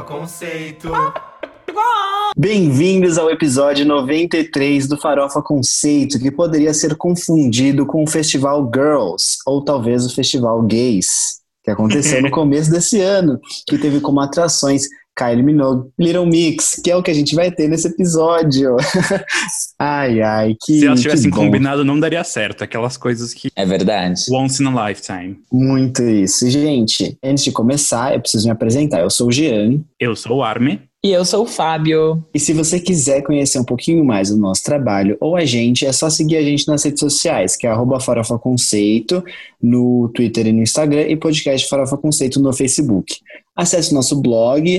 Conceito. Bem-vindos ao episódio 93 do Farofa Conceito, que poderia ser confundido com o Festival Girls, ou talvez o Festival Gays, que aconteceu no começo desse ano, que teve como atrações Kylie Minogue, Little Mix, que é o que a gente vai ter nesse episódio. Ai, que se elas tivessem combinado, não daria certo. Aquelas coisas que... É verdade. Once in a lifetime. Muito isso. Gente, antes de começar, eu preciso me apresentar. Eu sou o Jean. Eu sou o Arme. E eu sou o Fábio. E se você quiser conhecer um pouquinho mais do nosso trabalho ou a gente, é só seguir a gente nas redes sociais, que é @farofaconceito no Twitter e no Instagram e podcast Farofa Conceito no Facebook. Acesse o nosso blog,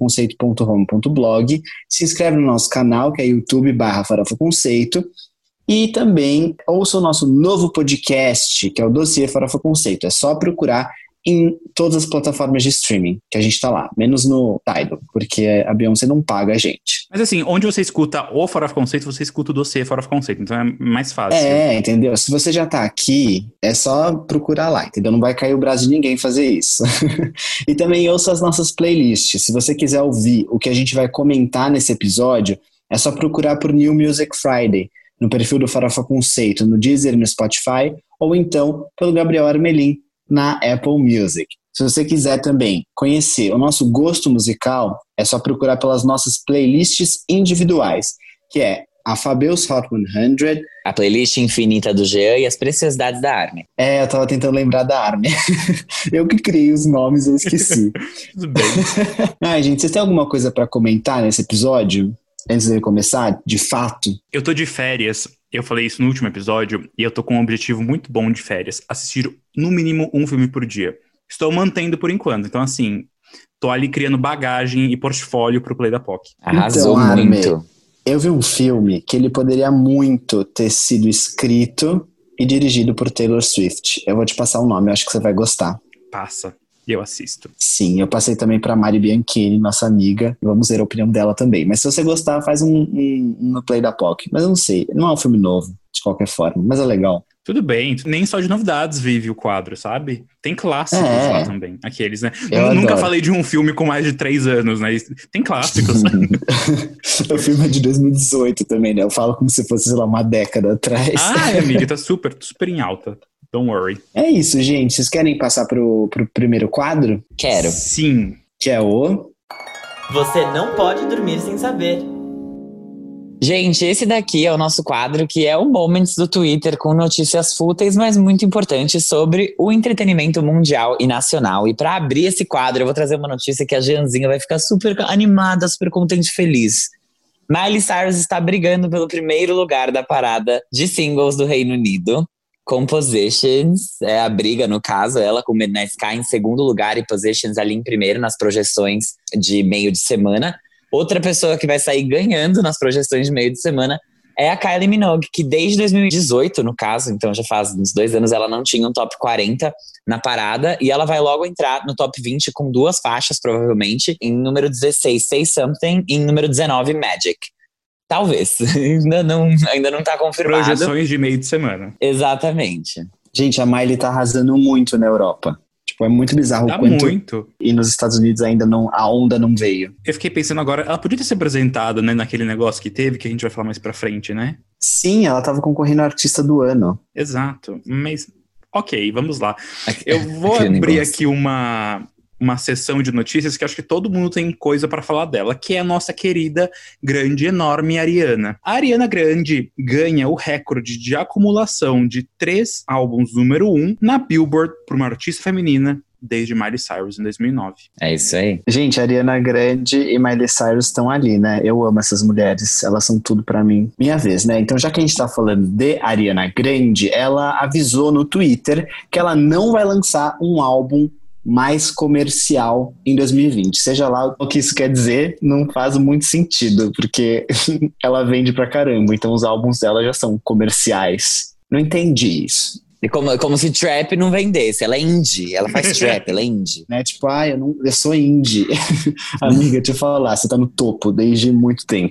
farofaconceito.home.blog, se inscreve no nosso canal, que é youtube.com/farofaconceito, e também ouça o nosso novo podcast, que é o Dossiê Farofa Conceito. É só procurar em todas as plataformas de streaming, que a gente tá lá, menos no Tidal, porque a Beyoncé não paga a gente. Mas assim, onde você escuta o Farofa Conceito, você escuta o dossiê Farofa Conceito, então é mais fácil. Entendeu? Se você já tá aqui, é só procurar lá, entendeu? Não vai cair o braço de ninguém fazer isso. E também ouça as nossas playlists. Se você quiser ouvir o que a gente vai comentar nesse episódio, é só procurar por New Music Friday, no perfil do Farofa Conceito, no Deezer e no Spotify, ou então pelo Gabriel Armelin, na Apple Music. Se você quiser também conhecer o nosso gosto musical, é só procurar pelas nossas playlists individuais, que é a Fabeus Hot 100, a playlist infinita do Jean e as preciosidades da Arme. Eu tava tentando lembrar da Arme. Eu que criei os nomes, eu esqueci. Tudo bem. Ai, gente, vocês têm alguma coisa pra comentar nesse episódio? Antes de começar, de fato? Eu tô de férias, eu falei isso no último episódio, e eu tô com um objetivo muito bom de férias, assistir no mínimo um filme por dia. Estou mantendo por enquanto, então assim, tô ali criando bagagem e portfólio pro Play da POC. Arrasou então, muito. Eu vi um filme que ele poderia muito ter sido escrito e dirigido por Taylor Swift. Eu vou te passar o nome, eu acho que você vai gostar. Passa. E eu assisto. Sim, eu passei também pra Mari Bianchini, nossa amiga. Vamos ver a opinião dela também. Mas se você gostar, faz um no Play da POC. Mas eu não sei, não é um filme novo, de qualquer forma. Mas é legal. Tudo bem, nem só de novidades vive o quadro, sabe? Tem clássicos lá também, aqueles, né? Eu nunca falei de um filme com mais de 3 anos, né? Tem clássicos. O filme é de 2018 também, né? Eu falo como se fosse, sei lá, uma década atrás. Amiga, tá super em alta. Don't worry. É isso, gente. Vocês querem passar pro primeiro quadro? Quero. Sim. Que é o... Você não pode dormir sem saber. Gente, esse daqui é o nosso quadro, que é o Moments do Twitter, com notícias fúteis, mas muito importantes sobre o entretenimento mundial e nacional. E pra abrir esse quadro, eu vou trazer uma notícia que a Jeanzinha vai ficar super animada, super contente e feliz. Miley Cyrus está brigando pelo primeiro lugar da parada de singles do Reino Unido. Com Positions, é a briga no caso, ela com Midnight Sky em segundo lugar e Positions ali em primeiro nas projeções de meio de semana. Outra pessoa que vai sair ganhando nas projeções de meio de semana é a Kylie Minogue, que desde 2018, no caso, então já faz uns 2 anos, ela não tinha um top 40 na parada, e ela vai logo entrar no top 20 com 2 faixas, provavelmente, em número 16, Say Something, e em número 19, Magic. Talvez. Ainda não tá confirmado. Projeções de meio de semana. Exatamente. Gente, a Miley tá arrasando muito na Europa. Tipo, é muito bizarro Tá o quanto... muito. E nos Estados Unidos ainda não... A onda não veio. Eu fiquei pensando agora, ela podia ter se apresentado, né, naquele negócio que teve, que a gente vai falar mais pra frente, né? Sim, ela tava concorrendo ao Artista do Ano. Exato. Mas, ok, vamos lá. Eu vou abrir aqui uma sessão de notícias que acho que todo mundo tem coisa pra falar dela, que é a nossa querida, grande, enorme Ariana. A Ariana Grande ganha o recorde de acumulação de 3 álbuns número 1 na Billboard por uma artista feminina desde Miley Cyrus em 2009. É isso aí. Gente, a Ariana Grande e Miley Cyrus estão ali, né? Eu amo essas mulheres, elas são tudo pra mim. Minha vez, né? Então, já que a gente tá falando de Ariana Grande, ela avisou no Twitter que ela não vai lançar um álbum mais comercial em 2020. Seja lá o que isso quer dizer, não faz muito sentido, porque ela vende pra caramba, então os álbuns dela já são comerciais. Não entendi isso. E como se trap não vendesse. Ela é indie, ela faz trap, ela é indie. Né? Tipo, eu sou indie. Amiga, deixa eu falar, você tá no topo desde muito tempo.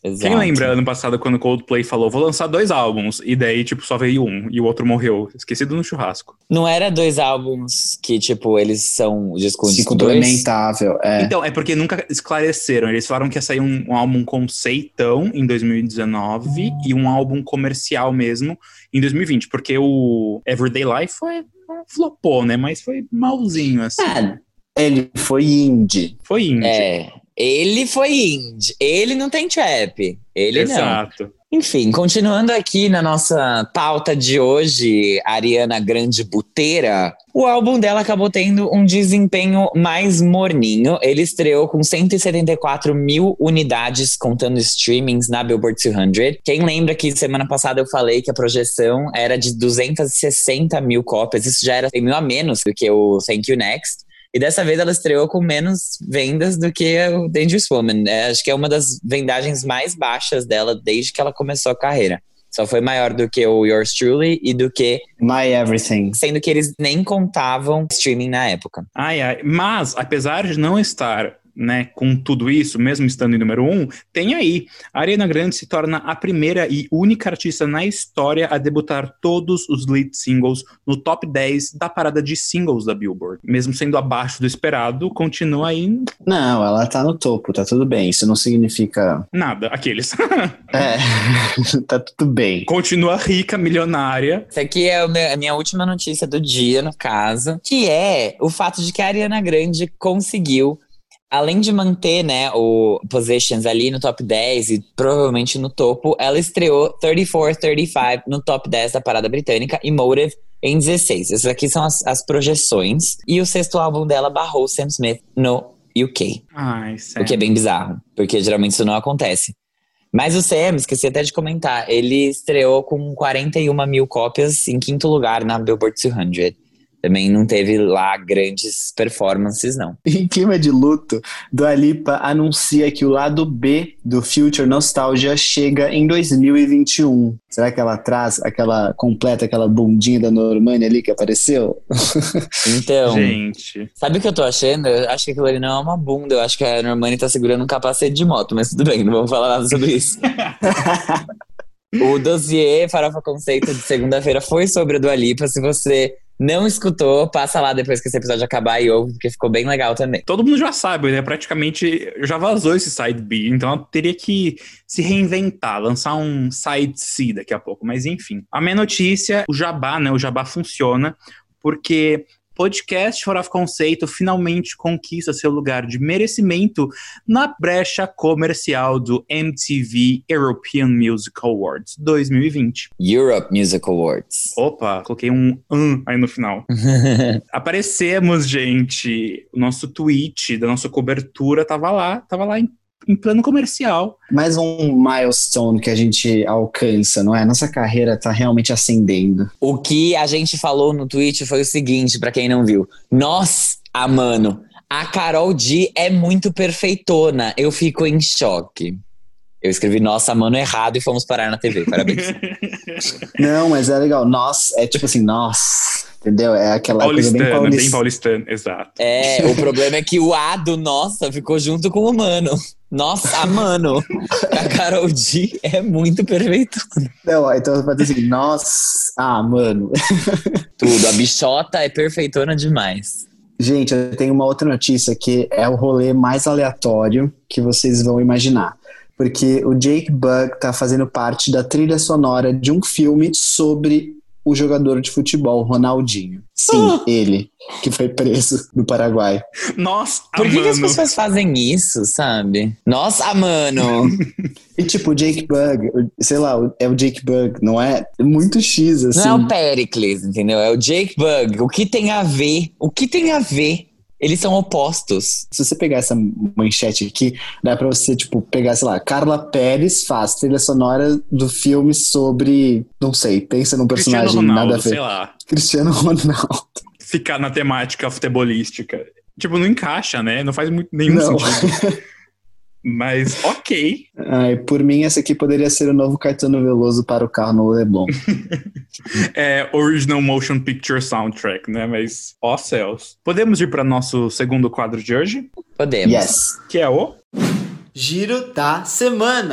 Exato. Quem lembra ano passado quando o Coldplay falou, vou lançar 2 álbuns, e daí, tipo, só veio um, e o outro morreu, esquecido no churrasco. Não era 2 álbuns que, tipo, eles são disco Se 2? complementável, Então, é porque nunca esclareceram. Eles falaram que ia sair um álbum conceitão em 2019 e um álbum comercial mesmo em 2020, porque o Everyday Life flopou, né? Mas foi malzinho, assim. Ele foi indie. Foi indie. Ele foi indie. Ele não tem trap. Ele Exato. não. Enfim, continuando aqui na nossa pauta de hoje, Ariana Grande Buteira, o álbum dela acabou tendo um desempenho mais morninho. Ele estreou com 174 mil unidades, contando streamings na Billboard 200. Quem lembra que semana passada eu falei que a projeção era de 260 mil cópias. Isso já era 100 mil a menos do que o Thank You Next. E dessa vez ela estreou com menos vendas do que o Dangerous Woman. Acho que é uma das vendagens mais baixas dela desde que ela começou a carreira. Só foi maior do que o Yours Truly e do que My Everything. Sendo que eles nem contavam streaming na época. Mas, apesar de não estar, né, com tudo isso, mesmo estando em número 1, tem aí. A Ariana Grande se torna a primeira e única artista na história a debutar todos os lead singles no top 10 da parada de singles da Billboard. Mesmo sendo abaixo do esperado, continua aí... Não, ela tá no topo, tá tudo bem. Isso não significa... Nada, aqueles. Tá tudo bem. Continua rica, milionária. Essa aqui é a minha última notícia do dia, no caso, que é o fato de que a Ariana Grande conseguiu, além de manter, né, o Positions ali no top 10 e provavelmente no topo, ela estreou 34-35 no top 10 da parada britânica e Motive em 16. Essas aqui são as projeções. E o 6º álbum dela barrou Sam Smith no UK. Sério? O que é bem bizarro, porque geralmente isso não acontece. Mas o Sam, esqueci até de comentar, ele estreou com 41 mil cópias em 5º lugar na Billboard 200. Também não teve lá grandes performances, não. Em clima de luto, Dua Lipa anuncia que o lado B do Future Nostalgia chega em 2021. Será que ela traz completa aquela bundinha da Normani ali que apareceu? Então, gente, sabe o que eu tô achando? Eu acho que aquilo ali não é uma bunda. Eu acho que a Normani tá segurando um capacete de moto, mas tudo bem, não vamos falar nada sobre isso. O dossiê Farofa Conceito de segunda-feira foi sobre a Dua Lipa. Se você não escutou, passa lá depois que esse episódio acabar e ouve, porque ficou bem legal também. todo mundo já sabe, né? Praticamente já vazou esse Side B, então ela teria que se reinventar, lançar um Side C daqui a pouco. Mas enfim, a minha notícia, o Jabá, né? O Jabá funciona porque podcast Fora of Conceito finalmente conquista seu lugar de merecimento na brecha comercial do MTV European Music Awards 2020. Europe Music Awards. Opa, coloquei um aí no final. Aparecemos, gente. O nosso tweet da nossa cobertura tava lá em plano comercial. Mais um milestone que a gente alcança, não é? Nossa carreira tá realmente ascendendo. O que a gente falou no tweet foi o seguinte, pra quem não viu. Mano, a Karol G é muito perfeitona. Eu fico em choque. Eu escrevi nossa, mano, errado e fomos parar na TV. Parabéns. Não, mas é legal. Nossa, é tipo assim, nossa, entendeu? É aquela Paulistana, coisa bem bem paulistana, exato. O problema é que o A do nossa ficou junto com o mano. Nossa, mano. A Karol G é muito perfeitona. Não, então vai dizer assim, nossa, mano. Tudo, a bichota é perfeitona demais. Gente, eu tenho uma outra notícia que é o rolê mais aleatório que vocês vão imaginar. Porque o Jake Bugg tá fazendo parte da trilha sonora de um filme sobre o jogador de futebol, Ronaldinho. Sim, ele, que foi preso no Paraguai. Nossa, Por que mano. as pessoas fazem isso, sabe? Nossa, mano. E tipo, o Jake Bugg, sei lá, é o Jake Bugg, não é? É muito X, assim. Não é o Pericles, entendeu? É o Jake Bugg. O que tem a ver? O que tem a ver? Eles são opostos. Se você pegar essa manchete aqui, dá pra você, tipo, pegar, sei lá, Carla Pérez faz trilha sonora do filme sobre, não sei, pensa num personagem Cristiano Ronaldo, nada a ver. sei lá. Cristiano Ronaldo. Ficar na temática futebolística. Tipo, não encaixa, né? Não faz nenhum sentido. Mas, ok. Ai, por mim, essa aqui poderia ser o novo Caetano Veloso para o carro no Leblon. Original Motion Picture Soundtrack, né? Mas, ó céus. Podemos ir para nosso segundo quadro de hoje? Podemos. Yes. Que é o... Giro da semana.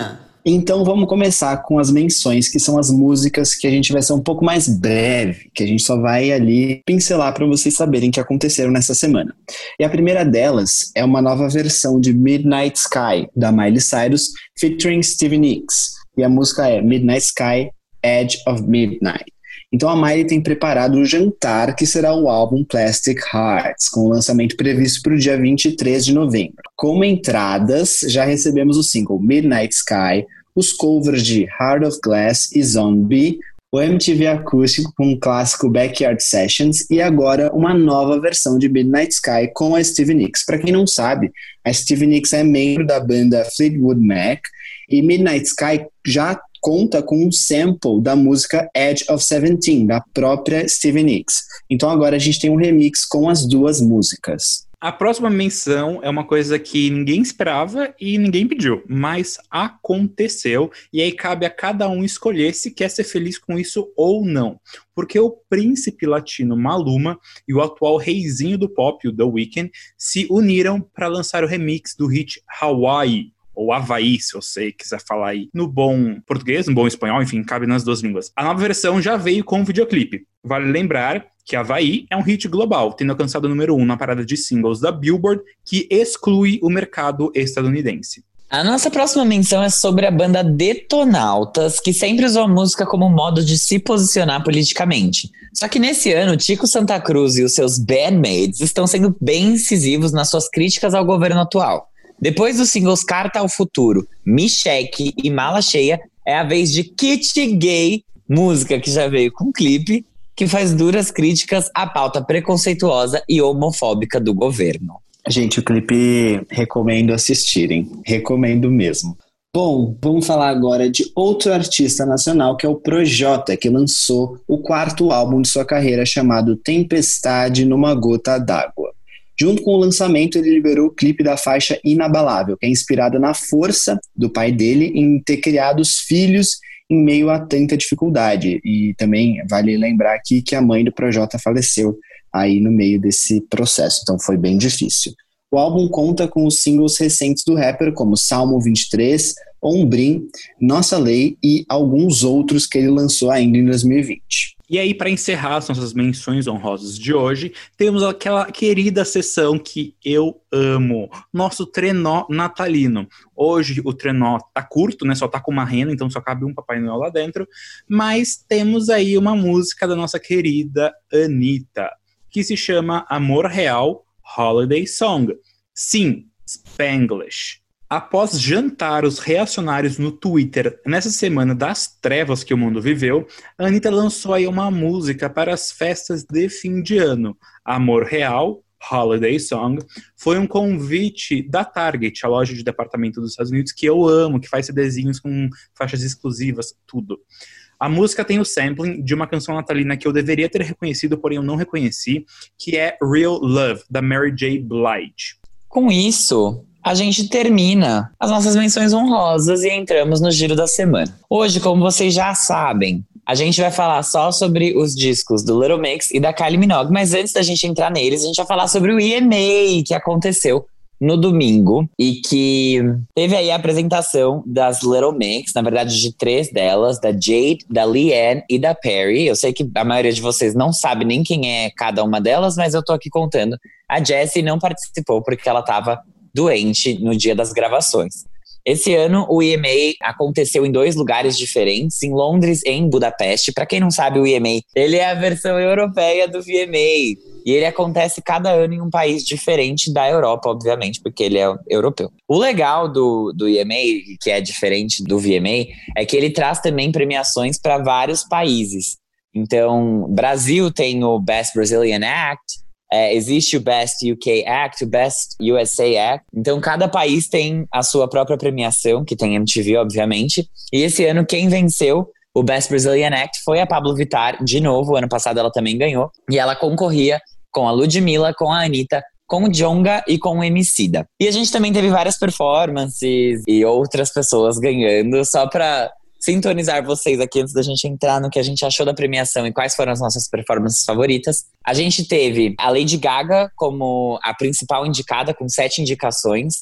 Então vamos começar com as menções, que são as músicas que a gente vai ser um pouco mais breve, que a gente só vai ali pincelar para vocês saberem que aconteceram nessa semana. E a primeira delas é uma nova versão de Midnight Sky, da Miley Cyrus, featuring Stevie Nicks. E a música é Midnight Sky, Edge of Midnight. Então a Miley tem preparado o jantar, que será o álbum Plastic Hearts, com o lançamento previsto para o dia 23 de novembro. Como entradas, já recebemos o single Midnight Sky, os covers de Heart of Glass e Zombie, o MTV acústico com o clássico Backyard Sessions e agora uma nova versão de Midnight Sky com a Stevie Nicks. Para quem não sabe, a Stevie Nicks é membro da banda Fleetwood Mac e Midnight Sky já conta com um sample da música Edge of 17, da própria Stevie Nicks. Então agora a gente tem um remix com as duas músicas. A próxima menção é uma coisa que ninguém esperava e ninguém pediu, mas aconteceu, e aí cabe a cada um escolher se quer ser feliz com isso ou não. Porque o príncipe latino Maluma e o atual reizinho do pop, o The Weeknd, se uniram para lançar o remix do hit Hawaii, ou Havaí, se você quiser falar aí no bom português, no bom espanhol, enfim, cabe nas duas línguas. A nova versão já veio com um videoclipe. Vale lembrar que Havaí é um hit global, tendo alcançado o número 1 na parada de singles da Billboard, que exclui o mercado estadunidense. A nossa próxima menção é sobre a banda Detonautas, que sempre usou a música como modo de se posicionar politicamente. Só que nesse ano, Tico Santa Cruz e os seus bandmates estão sendo bem incisivos nas suas críticas ao governo atual. Depois dos singles Carta ao Futuro, Me Cheque e Mala Cheia, é a vez de Kit Gay, música que já veio com clipe, que faz duras críticas à pauta preconceituosa e homofóbica do governo. Gente, o clipe recomendo assistirem, recomendo mesmo. Bom, vamos falar agora de outro artista nacional, que é o Projota, que lançou o 4º álbum de sua carreira, chamado Tempestade numa Gota d'Água. Junto com o lançamento, ele liberou o clipe da faixa Inabalável, que é inspirada na força do pai dele em ter criado os filhos em meio a tanta dificuldade. E também vale lembrar aqui que a mãe do Projota faleceu aí no meio desse processo, então foi bem difícil. O álbum conta com os singles recentes do rapper, como Salmo 23, Ombrim, Nossa Lei e alguns outros que ele lançou ainda em 2020. E aí, para encerrar as nossas menções honrosas de hoje, temos aquela querida sessão que eu amo, nosso trenó natalino. Hoje o trenó tá curto, né? Só tá com uma rena, então só cabe um Papai Noel lá dentro. Mas temos aí uma música da nossa querida Anitta, que se chama Amor Real Holiday Song. Sim, Spanglish. Após jantar os reacionários no Twitter nessa semana das trevas que o mundo viveu, a Anitta lançou aí uma música para as festas de fim de ano. Amor Real, Holiday Song, foi um convite da Target, a loja de departamento dos Estados Unidos, que eu amo, que faz CDzinhos com faixas exclusivas, tudo. A música tem o sampling de uma canção natalina que eu deveria ter reconhecido, porém eu não reconheci, que é Real Love, da Mary J. Blige. Com isso, a gente termina as nossas menções honrosas e entramos no giro da semana. Hoje, como vocês já sabem, a gente vai falar só sobre os discos do Little Mix e da Kylie Minogue, mas antes da gente entrar neles, a gente vai falar sobre o EMA, que aconteceu no domingo e que teve aí a apresentação das Little Mix, na verdade de 3 delas, da Jade, da Leanne e da Perry. Eu sei que a maioria de vocês não sabe nem quem é cada uma delas, mas eu tô aqui contando. A Jessie não participou porque ela tava doente no dia das gravações. Esse ano o EMA aconteceu em 2 lugares diferentes, em Londres e em Budapeste. Para quem não sabe, o EMA, ele é a versão europeia do VMA. E ele acontece cada ano em um país diferente da Europa, obviamente, porque ele é europeu. O legal do EMA, que é diferente do VMA, é que ele traz também premiações para vários países. Então, Brasil tem o Best Brazilian Act, existe o Best UK Act, o Best USA Act. Então, cada país tem a sua própria premiação, que tem MTV, obviamente. E esse ano, quem venceu o Best Brazilian Act foi a Pablo Vittar, de novo. Ano passado ela também ganhou. E ela concorria com a Ludmilla, com a Anitta, com o Djonga e com o Emicida. E a gente também teve várias performances e outras pessoas ganhando, só pra sintonizar vocês aqui antes da gente entrar no que a gente achou da premiação e quais foram as nossas performances favoritas. A gente teve a Lady Gaga como a principal indicada, com 7 indicações.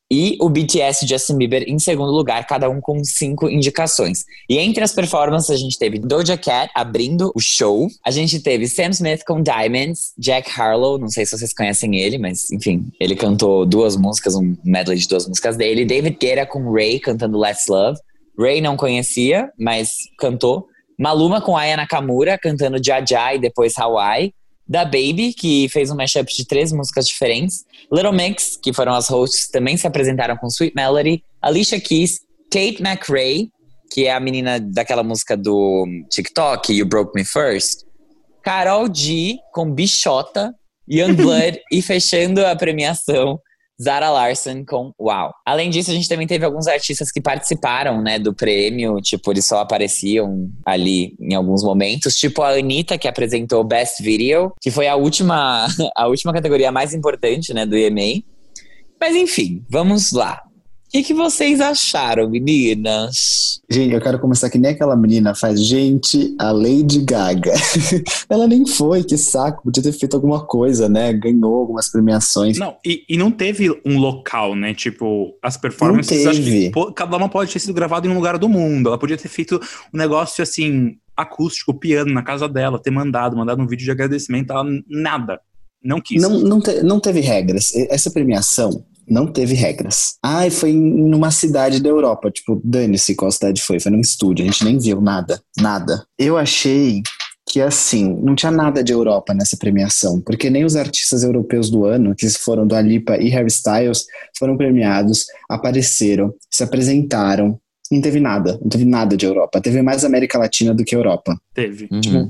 e o BTS e Justin Bieber em segundo lugar, cada um com 5 indicações. E entre as performances a gente teve Doja Cat abrindo o show, a gente teve Sam Smith com Diamonds, Jack Harlow, não sei se vocês conhecem ele, mas enfim, ele cantou 2 músicas, um medley de 2 músicas dele, David Guetta com Ray cantando Let's Love, Ray não conhecia, mas cantou, Maluma com Aya Nakamura cantando Jaja e depois Hawaii, Da Baby, que fez um mashup de 3 músicas diferentes, Little Mix, que foram as hosts, também se apresentaram com Sweet Melody, Alicia Keys, Tate McRae, que é a menina daquela música do TikTok, You Broke Me First, Karol G com Bichota, Youngblood e fechando a premiação, Zara Larsson com Wow. Além disso, a gente também teve alguns artistas que participaram, né, do prêmio, tipo, eles só apareciam ali em alguns momentos, tipo a Anitta, que apresentou Best Video, que foi a última categoria mais importante, né, do EMA. Mas enfim, vamos lá. O que vocês acharam, meninas? Gente, eu quero começar que nem aquela menina faz. Gente, a Lady Gaga. Ela nem foi, que saco. Podia ter feito alguma coisa, né? Ganhou algumas premiações. Não, e não teve um local, né? Tipo, as performances, não acho teve. que cada uma pode ter sido gravada em um lugar do mundo. Ela podia ter feito um negócio, assim, acústico, piano, na casa dela, ter mandado um vídeo de agradecimento. Ela, nada. Não quis. Não teve regras. Essa premiação não teve regras. Ah, e foi numa cidade da Europa. Tipo, dane-se qual cidade foi. Foi num estúdio. A gente nem viu nada. Nada. Eu achei que, assim, não tinha nada de Europa nessa premiação. Porque nem os artistas europeus do ano, que foram Dua Lipa e Harry Styles, foram premiados, apareceram, se apresentaram. Não teve nada. Não teve nada de Europa. Teve mais América Latina do que Europa. Teve. Tipo,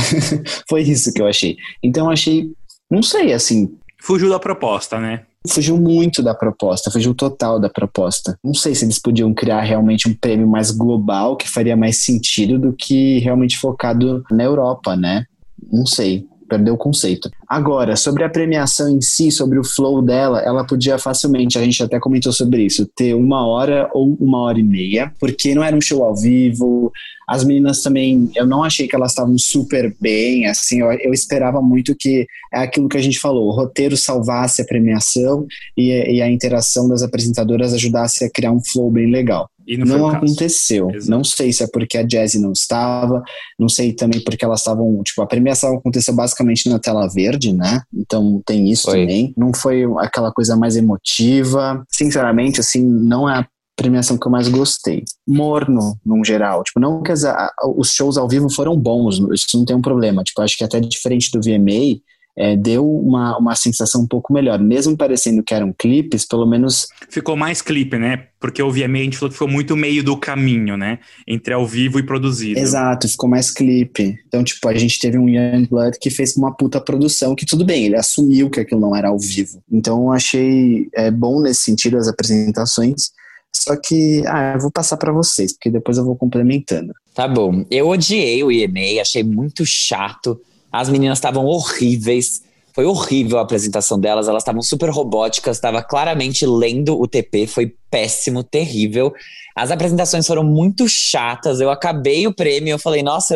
foi isso que eu achei. Então eu achei, não sei, assim... Fugiu da proposta, né? Fugiu muito da proposta, fugiu total da proposta. Não sei se eles podiam criar realmente um prêmio mais global, que faria mais sentido do que realmente focado na Europa, né? Não sei, perdeu o conceito. Agora, sobre a premiação em si, sobre o flow dela, ela podia facilmente, a gente até comentou sobre isso, ter 1 hora ou 1h30, porque não era um show ao vivo. As meninas também, eu não achei que elas estavam super bem, assim, eu esperava muito que é aquilo que a gente falou, o roteiro salvasse a premiação e a interação das apresentadoras ajudasse a criar um flow bem legal. E não aconteceu. Exato. Não sei se é porque a Jessie não estava, não sei também porque elas estavam, tipo, a premiação aconteceu basicamente na tela verde, né? Então tem isso também. Não foi aquela coisa mais emotiva. Sinceramente, assim, não é a premiação que eu mais gostei. Morno, num geral. Tipo, não que os shows ao vivo foram bons, isso não tem um problema. Tipo, acho que até diferente do VMA, deu uma sensação um pouco melhor. Mesmo parecendo que eram clipes, pelo menos... Ficou mais clipe, né? Porque o VMA a gente falou que ficou muito meio do caminho, né? Entre ao vivo e produzido. Exato, ficou mais clipe. Então, tipo, a gente teve um Youngblood que fez uma puta produção, que tudo bem, ele assumiu que aquilo não era ao vivo. Então, eu achei bom nesse sentido as apresentações. Só que, eu vou passar pra vocês, porque depois eu vou complementando. Tá bom. Eu odiei o EMA, achei muito chato. As meninas estavam horríveis. Foi horrível a apresentação delas. Elas estavam super robóticas. Estava claramente lendo o TP. Foi péssimo, terrível. As apresentações foram muito chatas. Eu acabei o prêmio e eu falei, nossa,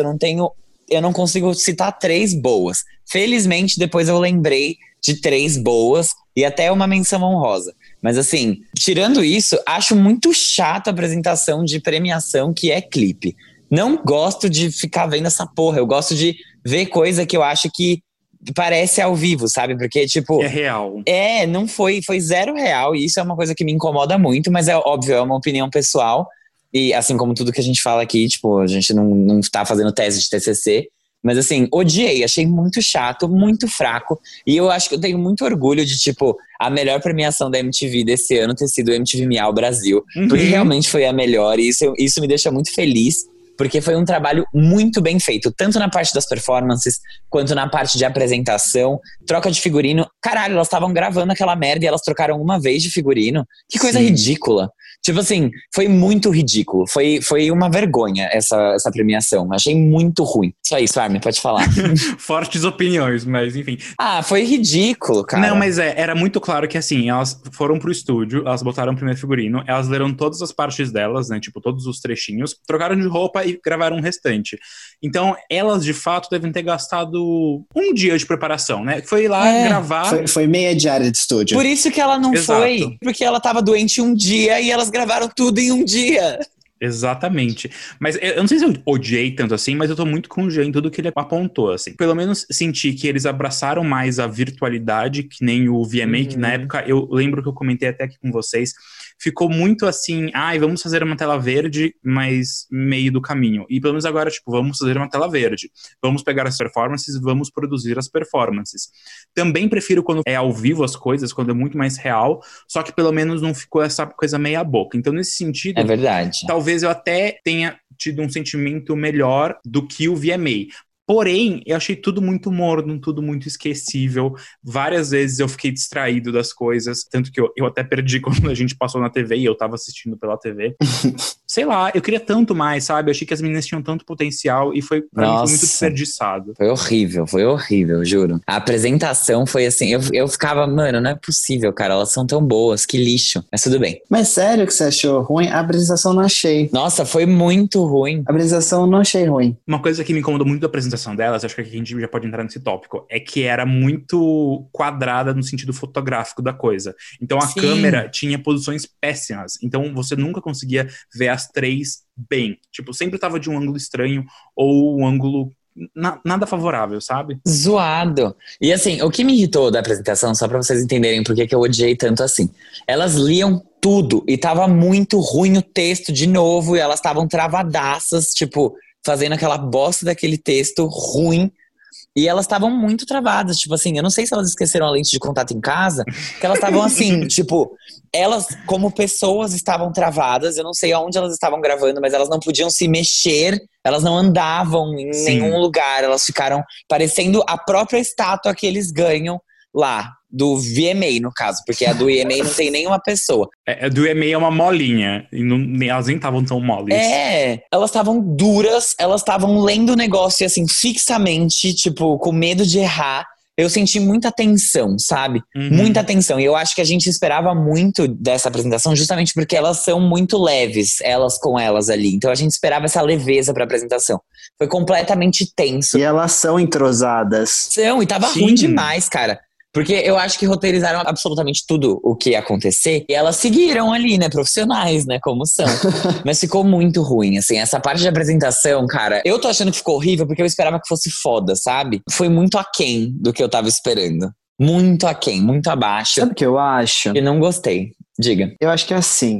eu não consigo citar 3 boas. Felizmente, depois eu lembrei de 3 boas e até uma menção honrosa. Mas assim, tirando isso, acho muito chata a apresentação de premiação que é clipe. Não gosto de ficar vendo essa porra. Eu gosto de ver coisa que eu acho que parece ao vivo, sabe? Porque, tipo... É real. Não foi 0 real. E isso é uma coisa que me incomoda muito. Mas é óbvio, é uma opinião pessoal. E assim como tudo que a gente fala aqui, tipo, a gente não tá fazendo tese de TCC. Mas assim, odiei. Achei muito chato, muito fraco. E eu acho que eu tenho muito orgulho de, tipo, a melhor premiação da MTV desse ano ter sido o MTV Miau Brasil. Porque realmente foi a melhor. E isso me deixa muito feliz. Porque foi um trabalho muito bem feito, tanto na parte das performances, quanto na parte de apresentação, troca de figurino. Caralho, elas estavam gravando aquela merda e elas trocaram uma vez de figurino. Que coisa ridícula. Tipo assim, foi muito ridículo. Foi uma vergonha essa premiação. Achei muito ruim. Só isso, Armin, pode falar. Fortes opiniões, mas enfim. Ah, foi ridículo, cara. Não, mas era muito claro que assim, elas foram pro estúdio, elas botaram o primeiro figurino, elas leram todas as partes delas, né? Tipo, todos os trechinhos, trocaram de roupa e gravaram o restante. Então, elas de fato devem ter gastado um dia de preparação, né? Foi lá gravar. Foi meia diária de estúdio. Por isso que ela não foi. Porque ela tava doente um dia e elas gravaram tudo em um dia. Exatamente. Mas eu não sei se eu odiei tanto assim, mas eu tô muito com o Jean em tudo que ele apontou, assim. Pelo menos senti que eles abraçaram mais a virtualidade, que nem o VMA, que na época, eu lembro que eu comentei até aqui com vocês, ficou muito assim, vamos fazer uma tela verde, mas meio do caminho. E pelo menos agora, tipo, vamos fazer uma tela verde. Vamos pegar as performances, vamos produzir as performances. Também prefiro quando é ao vivo as coisas, quando é muito mais real, só que pelo menos não ficou essa coisa meia boca. Então, nesse sentido... É verdade. Talvez eu até tenha tido um sentimento melhor do que o VMA. Porém, eu achei tudo muito morno, tudo muito esquecível. Várias vezes eu fiquei distraído das coisas, tanto que eu até perdi quando a gente passou na TV e eu tava assistindo pela TV. Sei lá, eu queria tanto mais, sabe? Eu achei que as meninas tinham tanto potencial e pra mim foi muito desperdiçado. Foi horrível, juro. A apresentação foi assim, eu ficava, mano, não é possível, cara, elas são tão boas, que lixo. Mas tudo bem. Mas sério que você achou ruim? A apresentação não achei. Nossa, foi muito ruim. A apresentação não achei ruim. Uma coisa que me incomodou muito da apresentação delas, acho que aqui a gente já pode entrar nesse tópico, é que era muito quadrada no sentido fotográfico da coisa. Então a câmera tinha posições péssimas, então você nunca conseguia ver as três bem. Tipo, sempre tava de um ângulo estranho ou um ângulo nada favorável, sabe? Zoado. E assim, o que me irritou da apresentação, só pra vocês entenderem por que eu odiei tanto assim, elas liam tudo e tava muito ruim o texto de novo e elas estavam travadaças, tipo, fazendo aquela bosta daquele texto ruim. E elas estavam muito travadas, tipo assim, eu não sei se elas esqueceram a lente de contato em casa, que elas estavam assim, tipo, elas como pessoas estavam travadas, eu não sei aonde elas estavam gravando, mas elas não podiam se mexer, elas não andavam em nenhum lugar, elas ficaram parecendo a própria estátua que eles ganham lá, do VMA, no caso, porque a do EMA não tem nenhuma pessoa. A do EMA é uma molinha, e elas nem estavam tão moles. Elas estavam duras, elas estavam lendo o negócio, assim, fixamente, tipo, com medo de errar. Eu senti muita tensão, sabe? Muita tensão. E eu acho que a gente esperava muito dessa apresentação justamente porque elas são muito leves, elas com elas ali. Então a gente esperava essa leveza pra apresentação. Foi completamente tenso. E elas são entrosadas. E tava ruim demais, cara. Porque eu acho que roteirizaram absolutamente tudo o que ia acontecer. E elas seguiram ali, né? Profissionais, né? Como são. Mas ficou muito ruim, assim. Essa parte de apresentação, cara, eu tô achando que ficou horrível porque eu esperava que fosse foda, sabe? Foi muito aquém do que eu tava esperando. Muito aquém, muito abaixo. Sabe o que eu acho? Eu não gostei. Diga. Eu acho que é assim,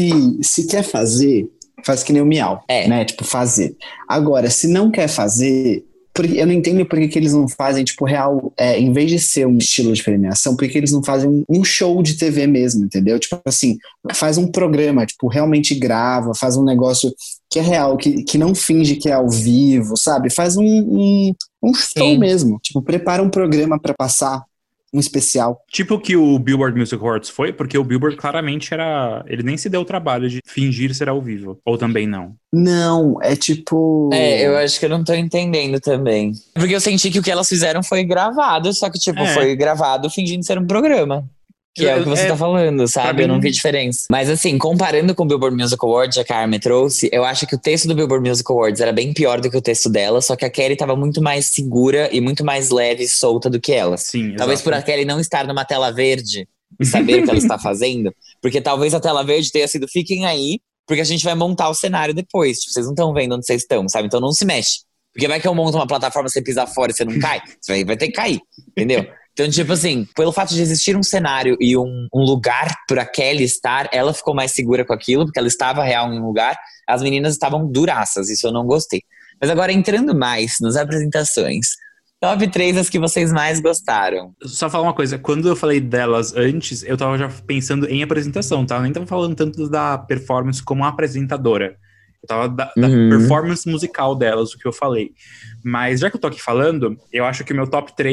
se quer fazer, faz que nem o Miau, né? Tipo, fazer. Agora, se não quer fazer... eu não entendo por que eles não fazem, tipo, real, em vez de ser um estilo de premiação, por que eles não fazem um show de TV mesmo, entendeu? Tipo assim, faz um programa, tipo, realmente grava, faz um negócio que é real, que não finge que é ao vivo, sabe? Faz um show mesmo, tipo, prepara um programa pra passar, um especial. Tipo que o Billboard Music Awards foi, porque o Billboard claramente ele nem se deu o trabalho de fingir ser ao vivo. Ou também não? Não, é tipo... eu acho que eu não tô entendendo também. Porque eu senti que o que elas fizeram foi gravado, só que tipo, foi gravado fingindo ser um programa. Que é o que você tá falando, sabe? Eu não vi diferença. Mas assim, comparando com o Billboard Music Awards, a Carmen trouxe, eu acho que o texto do Billboard Music Awards era bem pior do que o texto dela, só que a Kelly tava muito mais segura e muito mais leve e solta do que ela. Sim, talvez por a Kelly não estar numa tela verde e saber o que ela está fazendo, porque talvez a tela verde tenha sido fiquem aí, porque a gente vai montar o cenário depois. Tipo, vocês não estão vendo onde vocês estão, sabe? Então não se mexe. Porque vai que eu monto uma plataforma, você pisar fora e você não cai, você vai ter que cair, entendeu? Então, tipo assim, pelo fato de existir um cenário e um lugar pra Kelly estar, ela ficou mais segura com aquilo, porque ela estava real em um lugar, as meninas estavam duraças, isso eu não gostei. Mas agora, entrando mais nas apresentações, top 3 as que vocês mais gostaram. Só falar uma coisa, quando eu falei delas antes, eu tava já pensando em apresentação, tá? Eu nem tava falando tanto da performance como apresentadora. Eu tava da performance musical delas, o que eu falei. Mas já que eu tô aqui falando, eu acho que o meu top 3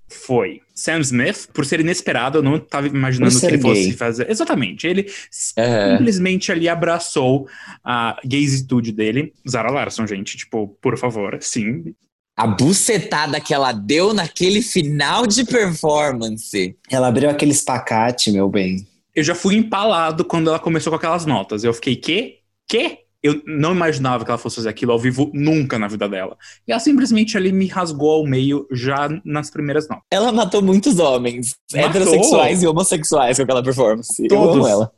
foi Sam Smith, por ser inesperado, eu não estava imaginando que ele fosse fazer. Exatamente, ele simplesmente ali abraçou a gaysitude dele. Zara Larsson, gente, tipo, por favor, sim. A bucetada que ela deu naquele final de performance. Ela abriu aquele espacate, meu bem. Eu já fui empalado quando ela começou com aquelas notas. Eu fiquei, quê? Eu não imaginava que ela fosse fazer aquilo ao vivo nunca na vida dela. E ela simplesmente ali me rasgou ao meio já nas primeiras notas. Ela matou muitos homens, heterossexuais e homossexuais com aquela performance. Todos. Eu amo ela.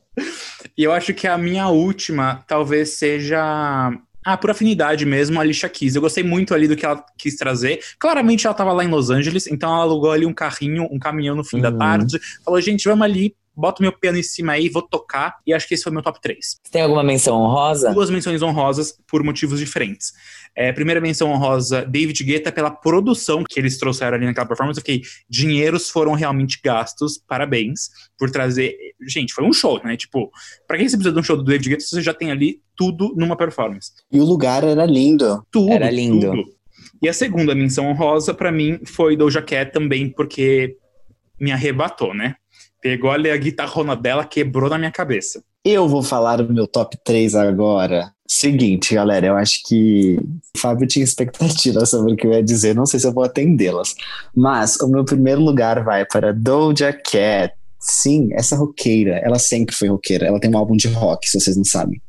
E eu acho que a minha última talvez seja... por afinidade mesmo, a Alicia Keys. Eu gostei muito ali do que ela quis trazer. Claramente ela tava lá em Los Angeles, então ela alugou ali um caminhão no fim da tarde. Falou, gente, vamos ali, bota o meu piano em cima aí, vou tocar. E acho que esse foi o meu top 3. Tem alguma menção honrosa? 2 menções honrosas por motivos diferentes. Primeira menção honrosa, David Guetta, pela produção que eles trouxeram ali naquela performance. Eu fiquei, dinheiros foram realmente gastos, parabéns por trazer... Gente, foi um show, né? Tipo, pra quem você precisa de um show do David Guetta, você já tem ali tudo numa performance. E o lugar era lindo. Era lindo. Tudo. E a segunda menção honrosa, pra mim, foi Doja Cat também, porque me arrebatou, né? Pegou ali a guitarrona dela, quebrou na minha cabeça. Eu vou falar o meu top 3 agora. Seguinte, galera, eu acho que o Fábio tinha expectativas sobre o que eu ia dizer, não sei se eu vou atendê-las. Mas o meu primeiro lugar vai para Doja Cat. Sim, essa roqueira, ela sempre foi roqueira. Ela tem um álbum de rock, se vocês não sabem.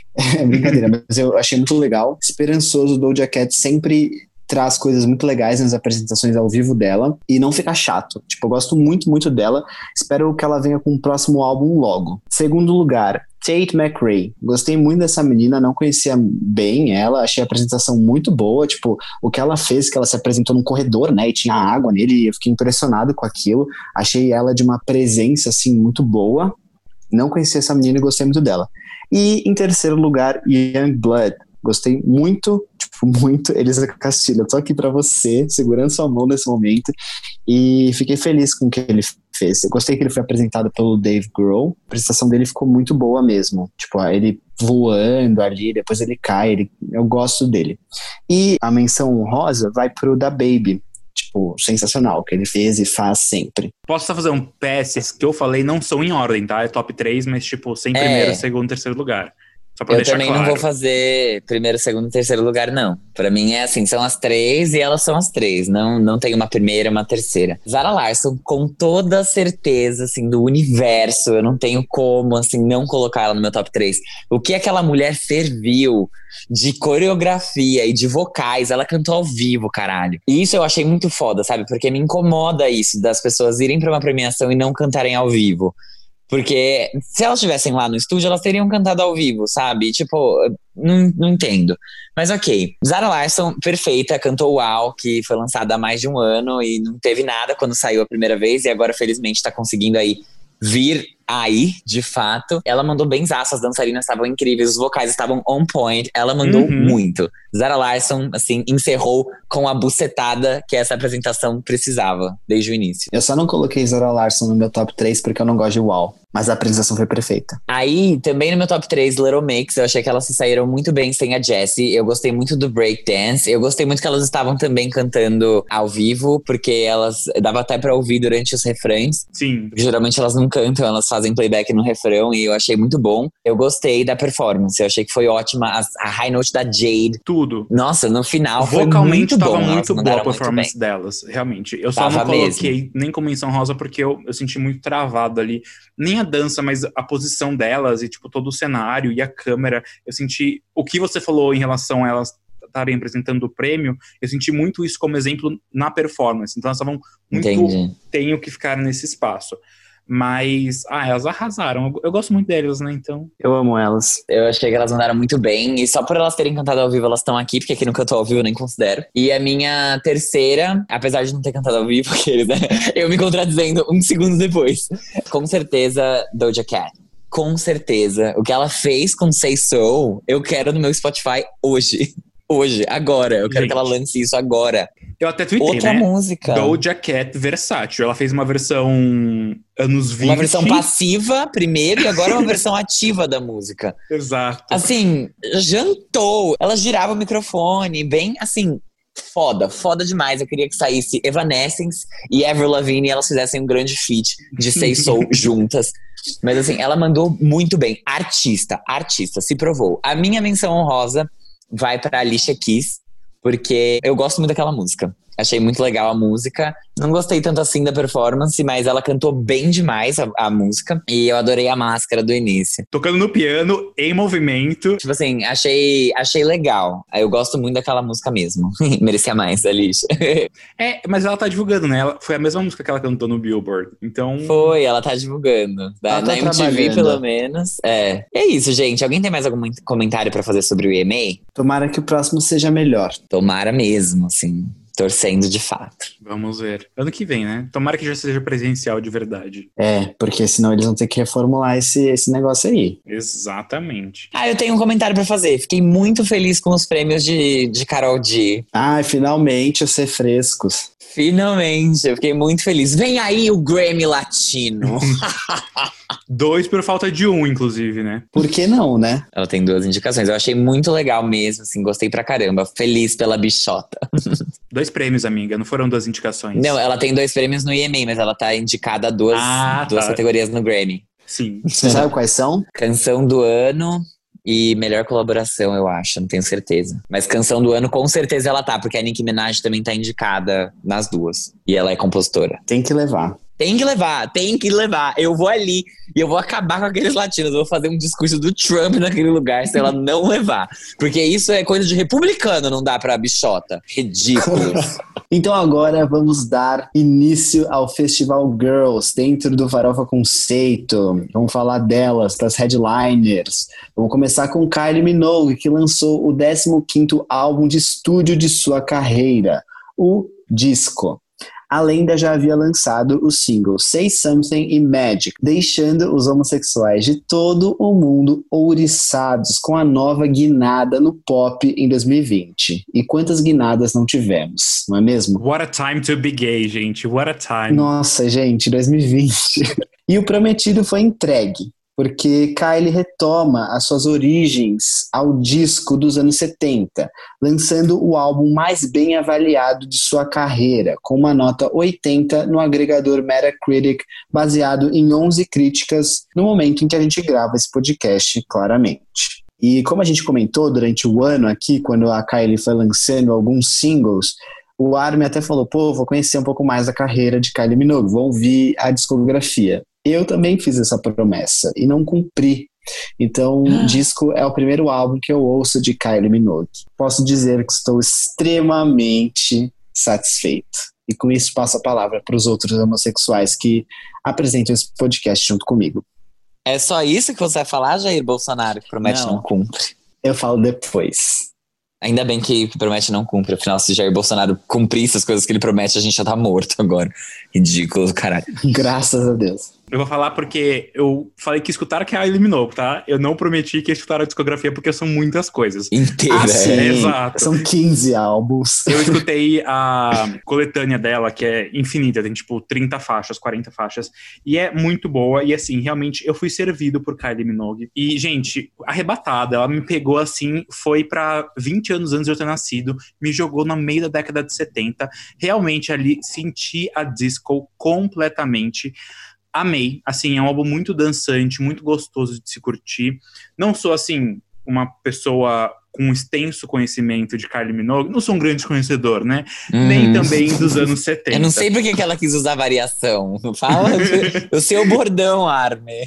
É brincadeira, mas eu achei muito legal. Esperançoso, Doja Cat sempre traz coisas muito legais nas apresentações ao vivo dela e não fica chato. Tipo, eu gosto muito, muito dela. Espero que ela venha com o próximo álbum logo. Segundo lugar, Tate McRae. Gostei muito dessa menina, não conhecia bem ela, achei a apresentação muito boa. Tipo, o que ela fez, que ela se apresentou num corredor, né, e tinha água nele, e eu fiquei impressionado com aquilo. Achei ela de uma presença, assim, muito boa. Não conhecia essa menina e gostei muito dela. E em terceiro lugar, Yungblud. Gostei muito, muito. Elisa Castilho, eu tô aqui pra você, segurando sua mão nesse momento, e fiquei feliz com o que ele fez. Eu gostei que ele foi apresentado pelo Dave Grohl. A apresentação dele ficou muito boa mesmo. Tipo, ele voando ali, depois ele cai, eu gosto dele. E a menção honrosa vai pro Da Baby. Tipo, sensacional, o que ele fez e faz sempre. Posso só fazer um PS que eu falei, não são em ordem, tá? É top 3, mas tipo, sem primeiro, segundo, terceiro lugar. Só pra eu deixar também claro. Não vou fazer primeiro, segundo e terceiro lugar, não. Pra mim é assim, são as 3 e elas são as 3. Não tem uma primeira e uma terceira. Zara Larsson, com toda certeza, assim, do universo, eu não tenho como, assim, não colocar ela no meu top 3. O que aquela mulher serviu de coreografia e de vocais, ela cantou ao vivo, caralho. E isso eu achei muito foda, sabe? Porque me incomoda isso, das pessoas irem pra uma premiação e não cantarem ao vivo. Porque se elas estivessem lá no estúdio, elas teriam cantado ao vivo, sabe? Tipo, não entendo. Mas ok, Zara Larsson, perfeita, cantou Wow, que foi lançada há mais de um ano e não teve nada quando saiu a primeira vez. E agora, felizmente, tá conseguindo aí vir aí, de fato. Ela mandou benzaço, as dançarinas estavam incríveis, os vocais estavam on point, ela mandou muito. Zara Larsson, assim, encerrou com a bucetada que essa apresentação precisava, desde o início. Eu só não coloquei Zara Larsson no meu top 3 porque eu não gosto de Wow, mas a apresentação foi perfeita. Aí, também no meu top 3, Little Mix, eu achei que elas se saíram muito bem sem a Jessie. Eu gostei muito do breakdance, eu gostei muito que elas estavam também cantando ao vivo, porque elas dava até pra ouvir durante os refrões. Sim. Geralmente elas não cantam, elas fazem playback no refrão e eu achei muito bom. Eu gostei da performance, eu achei que foi ótima. A high note da Jade. Tudo. Nossa, no final foi vocalmente muito bom. Vocalmente tava muito boa a muito performance delas, realmente. Eu só não coloquei nem com menção rosa porque eu senti muito travado ali. Nem a dança, mas a posição delas e tipo todo o cenário e a câmera. Eu senti o que você falou em relação a elas estarem apresentando o prêmio, eu senti muito isso como exemplo na performance. Então elas estavam muito... Tenho que ficar nesse espaço. Mas, elas arrasaram. Eu gosto muito delas, né, então... Eu amo elas. Eu achei que elas mandaram muito bem. E só por elas terem cantado ao vivo, elas estão aqui. Porque aqui no canto ao vivo eu nem considero. E a minha terceira, apesar de não ter cantado ao vivo, né, eu me contradizendo um segundo depois. Com certeza, Doja Cat. Com certeza. O que ela fez com Say So, eu quero no meu Spotify hoje. Hoje, agora. Eu quero que ela lance isso agora. Eu até tuitei, outra música. Doja Cat versátil. Ela fez uma versão anos 20. Uma versão passiva primeiro e agora uma versão ativa da música. Exato. Assim, jantou. Ela girava o microfone, bem assim, foda demais. Eu queria que saísse Evanescence e Avril Lavigne e elas fizessem um grande feat de Say So juntas. Mas assim, ela mandou muito bem. Artista, se provou. A minha menção honrosa vai pra Alicia Keys, porque eu gosto muito daquela música. Achei muito legal a música. Não gostei tanto assim da performance, mas ela cantou bem demais a música. E eu adorei a máscara do início. Tocando no piano, em movimento. Tipo assim, achei legal. Eu gosto muito daquela música mesmo. Merecia mais, Alicia. Mas ela tá divulgando, né? Foi a mesma música que ela cantou no Billboard. Então... Foi, ela tá divulgando. Na MTV, pelo menos. É isso, gente. Alguém tem mais algum comentário pra fazer sobre o EMA? Tomara que o próximo seja melhor. Tomara mesmo, assim. Torcendo de fato. Vamos ver. Ano que vem, né? Tomara que já seja presencial de verdade. Porque senão eles vão ter que reformular esse negócio aí. Exatamente. Eu tenho um comentário pra fazer. Fiquei muito feliz com os prêmios de Karol G. Finalmente os ser frescos. Finalmente, eu fiquei muito feliz. Vem aí o Grammy Latino. 2 por falta de 1, inclusive, né? Por que não, né? Ela tem 2 indicações. Eu achei muito legal mesmo, assim, gostei pra caramba. Feliz pela bichota. 2 prêmios, amiga, não foram 2 indicações. Não, ela tem 2 prêmios no EMA, mas ela tá indicada a duas categorias no Grammy. Sim. Você sabe quais são? Canção do ano e melhor colaboração, eu acho, não tenho certeza. Mas canção do ano, com certeza ela tá, porque a Nicki Minaj também tá indicada nas 2. E ela é compositora. Tem que levar. Tem que levar. Eu vou ali e eu vou acabar com aqueles latinos. Eu vou fazer um discurso do Trump naquele lugar se ela não levar. Porque isso é coisa de republicano, não dá pra bichota. Ridículos. Então agora vamos dar início ao Festival Girls, dentro do Farofa Conceito. Vamos falar delas, das headliners. Vamos começar com Kylie Minogue, que lançou o 15º álbum de estúdio de sua carreira, o Disco. A lenda já havia lançado os singles Say Something e Magic, deixando os homossexuais de todo o mundo ouriçados com a nova guinada no pop em 2020. E quantas guinadas não tivemos, não é mesmo? What a time to be gay, gente. What a time. Nossa, gente, 2020. E o prometido foi entregue, porque Kylie retoma as suas origens ao disco dos anos 70, lançando o álbum mais bem avaliado de sua carreira, com uma nota 80 no agregador Metacritic, baseado em 11 críticas no momento em que a gente grava esse podcast, claramente. E como a gente comentou durante o ano aqui, quando a Kylie foi lançando alguns singles, o Armin até falou, vou conhecer um pouco mais da carreira de Kylie Minogue, vou ouvir a discografia. Eu também fiz essa promessa e não cumpri. Então, o Disco é o primeiro álbum que eu ouço de Kylie Minogue. Posso dizer que estou extremamente satisfeito. E com isso passo a palavra para os outros homossexuais que apresentam esse podcast junto comigo. É só isso que você vai falar, Jair Bolsonaro, que promete não cumpre? Eu falo depois. Ainda bem que promete não cumpre. Afinal, se Jair Bolsonaro cumprisse as coisas que ele promete, a gente já tá morto agora. Ridículo, caralho. Graças a Deus. Eu vou falar porque eu falei que escutaram que ela eliminou, tá? Eu não prometi que escutaram a discografia porque são muitas coisas. Inteira. Exato. São 15 álbuns. Eu escutei a coletânea dela, que é infinita, tem tipo 30 faixas, 40 faixas, e é muito boa, e assim, realmente eu fui servido por Kylie Minogue. E, gente, arrebatada, ela me pegou assim, foi pra 20 anos antes de eu ter nascido, me jogou no meio da década de 70, realmente ali senti a disco completamente. Amei, assim, é um álbum muito dançante, muito gostoso de se curtir. Não sou, assim, uma pessoa com extenso conhecimento de Kylie Minogue, não sou um grande conhecedor, né? Nem também dos anos 70. Eu não sei por que ela quis usar variação. Fala o seu bordão, Armin.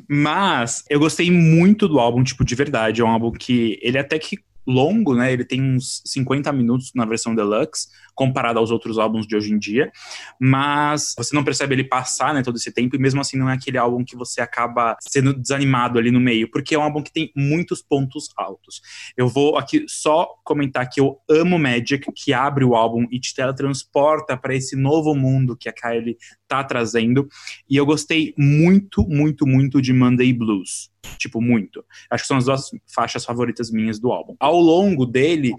Mas eu gostei muito do álbum, tipo, de verdade. É um álbum que ele até que longo, né? Ele tem uns 50 minutos na versão deluxe, comparado aos outros álbuns de hoje em dia, mas você não percebe ele passar, né, todo esse tempo, e mesmo assim não é aquele álbum que você acaba sendo desanimado ali no meio, porque é um álbum que tem muitos pontos altos. Eu vou aqui só comentar que eu amo Magic, que abre o álbum e te teletransporta para esse novo mundo que a Kylie tá trazendo, e eu gostei muito, muito, muito de Monday Blues. Tipo, muito. Acho que são as 2 faixas favoritas minhas do álbum. Ao longo dele,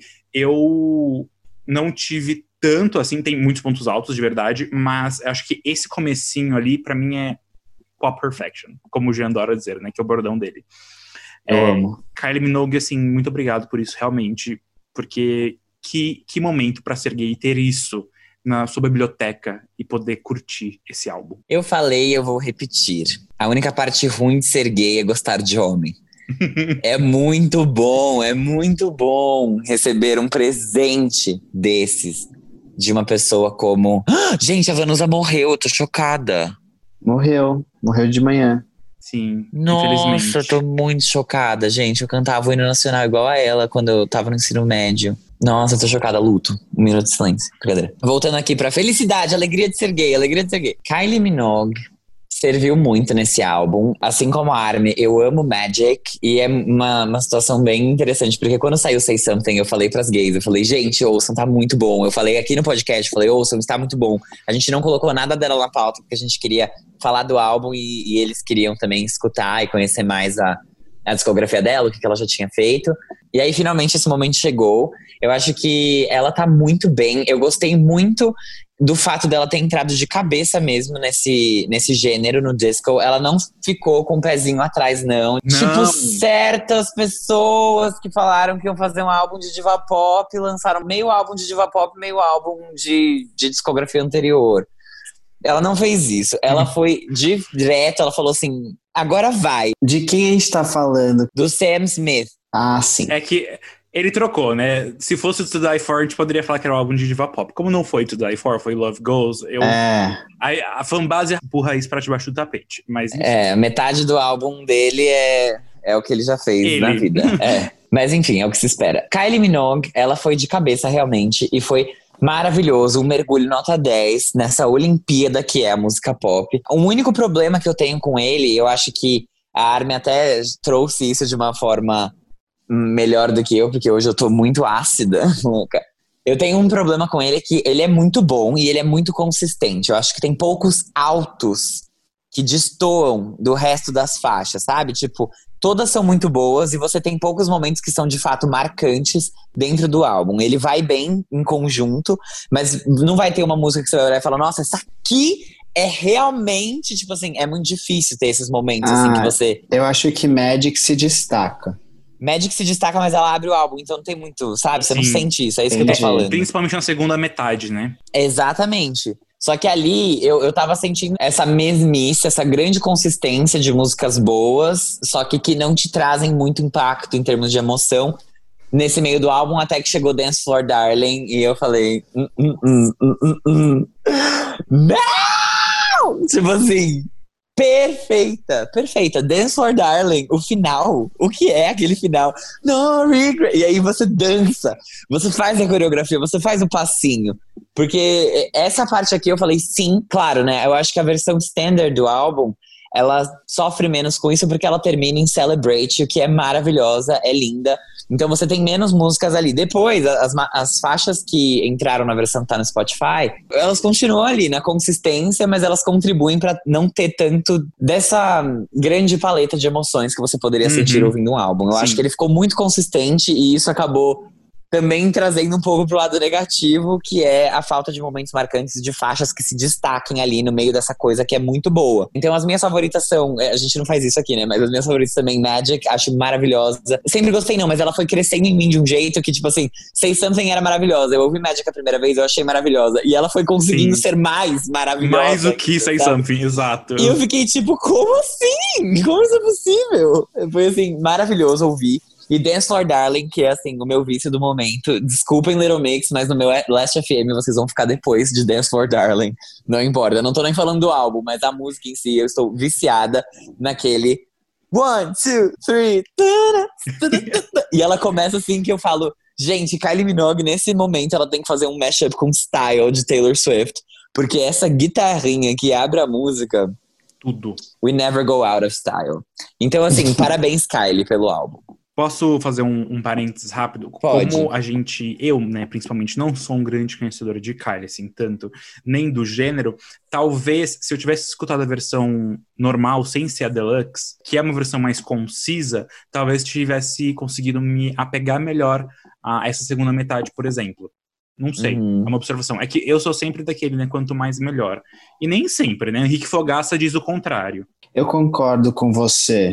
eu não tive tanto, assim, tem muitos pontos altos, de verdade, mas acho que esse comecinho ali, pra mim, é pop perfection, como o Jean adora dizer, né, que é o bordão dele. Eu amo. Kylie Minogue, assim, muito obrigado por isso, realmente, porque que momento pra ser gay ter isso na sua biblioteca e poder curtir esse álbum. Eu falei, eu vou repetir. A única parte ruim de ser gay é gostar de homem. É muito bom receber um presente desses de uma pessoa como... Gente, a Vanusa morreu, eu tô chocada. Morreu de manhã. Sim, Nossa, infelizmente. eu tô muito chocada, gente. Eu cantava o hino nacional igual a ela quando eu tava no ensino médio. Nossa, eu tô chocada, luto. Um minuto de silêncio. Brincadeira. Voltando aqui pra felicidade, alegria de ser gay, alegria de ser gay. Kylie Minogue serviu muito nesse álbum. Assim como a Army, eu amo Magic. E é uma situação bem interessante, porque quando saiu Say Something, eu falei pras gays, eu falei, gente, ouçam, tá muito bom. Eu falei aqui no podcast, eu falei, ouçam, está muito bom. A gente não colocou nada dela na pauta, porque a gente queria falar do álbum e eles queriam também escutar e conhecer mais a discografia dela, o que ela já tinha feito. E aí, finalmente, esse momento chegou. Eu acho que ela tá muito bem. Eu gostei muito do fato dela ter entrado de cabeça mesmo nesse gênero, no disco. Ela não ficou com o pezinho atrás, não. Tipo, certas pessoas que falaram que iam fazer um álbum de diva pop, lançaram meio álbum de diva pop, meio álbum de discografia anterior. Ela não fez isso. Ela foi direto, ela falou assim, agora vai. De quem a gente tá falando? Do Sam Smith. Ah, sim. É que ele trocou, né? Se fosse To Die For, a gente poderia falar que era um álbum de diva pop. Como não foi To Die For, foi Love Goes, a fanbase empurra isso pra debaixo do tapete. Mas, metade do álbum dele é o que ele já fez na vida. Mas enfim, é o que se espera. Kylie Minogue, ela foi de cabeça realmente e foi maravilhoso, um mergulho nota 10 nessa Olimpíada que é a música pop. O único problema que eu tenho com ele, eu acho que a Armin até trouxe isso de uma forma melhor do que eu, porque hoje eu tô muito ácida. Eu tenho um problema com ele, que ele é muito bom e ele é muito consistente. Eu acho que tem poucos altos que destoam do resto das faixas, sabe? Tipo, todas são muito boas e você tem poucos momentos que são de fato marcantes dentro do álbum. Ele vai bem em conjunto, mas não vai ter uma música que você vai olhar e falar, nossa, essa aqui é realmente, tipo assim, é muito difícil ter esses momentos assim que você... Eu acho que Magic se destaca. Magic se destaca, mas ela abre o álbum, então não tem muito, sabe? Você não sente isso, é isso que eu tô falando. Principalmente na segunda metade, né? Exatamente. Só que ali eu tava sentindo essa mesmice, essa grande consistência de músicas boas, só que não te trazem muito impacto em termos de emoção. Nesse meio do álbum, até que chegou Dance Floor Darling, e eu falei... Não! Tipo assim... Perfeita. Dance for Darling, o final. O que é aquele final? No regret. E aí você dança, você faz a coreografia, você faz o passinho. Porque essa parte aqui eu falei sim, claro, né? Eu acho que a versão standard do álbum, ela sofre menos com isso porque ela termina em Celebrate, o que é maravilhosa, é linda. Então você tem menos músicas ali. Depois, as faixas que entraram na versão que tá no Spotify, elas continuam ali na consistência, mas elas contribuem pra não ter tanto dessa grande paleta de emoções que você poderia sentir ouvindo um álbum. Eu acho que ele ficou muito consistente e isso acabou também trazendo um pouco pro lado negativo, que é a falta de momentos marcantes de faixas que se destaquem ali no meio dessa coisa que é muito boa. Então as minhas favoritas são, a gente não faz isso aqui, né, mas as minhas favoritas também, Magic, acho maravilhosa. Sempre gostei não, mas ela foi crescendo em mim de um jeito que, tipo assim, Say Something era maravilhosa. Eu ouvi Magic a primeira vez, eu achei maravilhosa. E ela foi conseguindo ser mais maravilhosa. Mais do que Say Something, exato. E eu fiquei tipo, como assim? Como isso é possível? Foi assim, maravilhoso ouvir. E Dance for Darling, que é assim, o meu vício do momento. Desculpem, Little Mix, mas no meu Last FM vocês vão ficar depois de Dance for Darling. Não importa, eu não tô nem falando do álbum, mas a música em si, eu estou viciada naquele 1, 2, 3. E ela começa assim que eu falo, gente, Kylie Minogue, nesse momento, ela tem que fazer um mashup com Style de Taylor Swift. Porque essa guitarrinha que abre a música... Tudo. We never go out of style. Então, assim, parabéns, Kylie, pelo álbum. Posso fazer um parênteses rápido? Pode. Como eu, né, principalmente, não sou um grande conhecedor de Kylie, assim, tanto, nem do gênero, talvez, se eu tivesse escutado a versão normal, sem ser a Deluxe, que é uma versão mais concisa, talvez tivesse conseguido me apegar melhor a essa segunda metade, por exemplo. Não sei, é uma observação. É que eu sou sempre daquele, né, quanto mais melhor. E nem sempre, né, Henrique Fogaça diz o contrário. Eu concordo com você.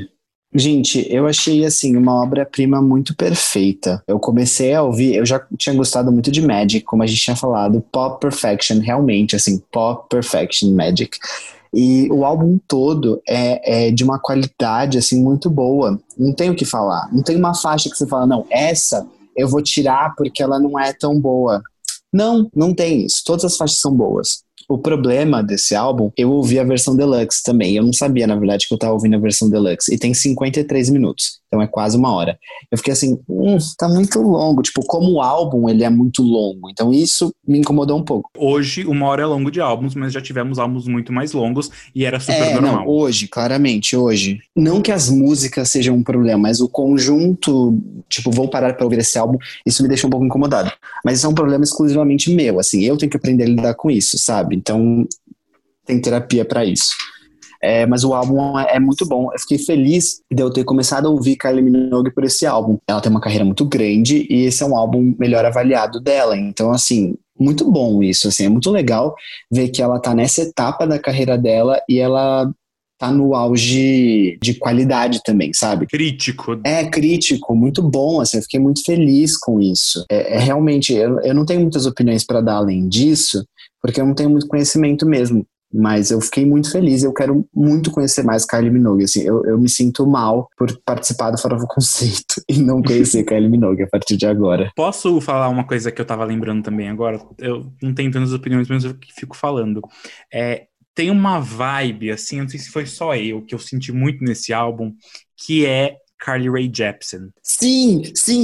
Gente, eu achei, assim, uma obra-prima muito perfeita. Eu comecei a ouvir, eu já tinha gostado muito de Magic, como a gente tinha falado, Pop Perfection, realmente, assim, Pop Perfection Magic. E o álbum todo é de uma qualidade, assim, muito boa. Não tem o que falar. Não tem uma faixa que você fala, não, essa eu vou tirar porque ela não é tão boa. Não, não tem isso. Todas as faixas são boas. O problema desse álbum, eu ouvi a versão deluxe também. Eu não sabia, na verdade, que eu tava ouvindo a versão deluxe. E tem 53 minutos. Então é quase uma hora. Eu fiquei assim, tá muito longo. Tipo, como álbum, ele é muito longo. Então isso me incomodou um pouco. Hoje, 1 hora é longo de álbuns, mas já tivemos álbuns muito mais longos e era super normal. Não, hoje, claramente, hoje. Não que as músicas sejam um problema, mas o conjunto, tipo, vou parar pra ouvir esse álbum, isso me deixa um pouco incomodado. Mas isso é um problema exclusivamente meu, assim, eu tenho que aprender a lidar com isso, sabe? Então, tem terapia pra isso. Mas o álbum é muito bom. Eu fiquei feliz de eu ter começado a ouvir Kylie Minogue por esse álbum. Ela tem uma carreira muito grande e esse é um álbum melhor avaliado dela. Então, assim, muito bom isso. Assim, é muito legal ver que ela tá nessa etapa da carreira dela e ela tá no auge de qualidade também, sabe? Crítico. Crítico, muito bom, assim, eu fiquei muito feliz com isso. Realmente, eu não tenho muitas opiniões para dar além disso, porque eu não tenho muito conhecimento mesmo. Mas eu fiquei muito feliz, eu quero muito conhecer mais Kylie Minogue, assim, eu me sinto mal por participar do Fora do Conceito e não conhecer Kylie Minogue a partir de agora. Posso falar uma coisa que eu tava lembrando também agora? Eu não tenho tantas opiniões, mas eu fico falando. Tem uma vibe, assim, eu não sei se foi só eu, que eu senti muito nesse álbum, que é Carly Rae Jepsen. Sim,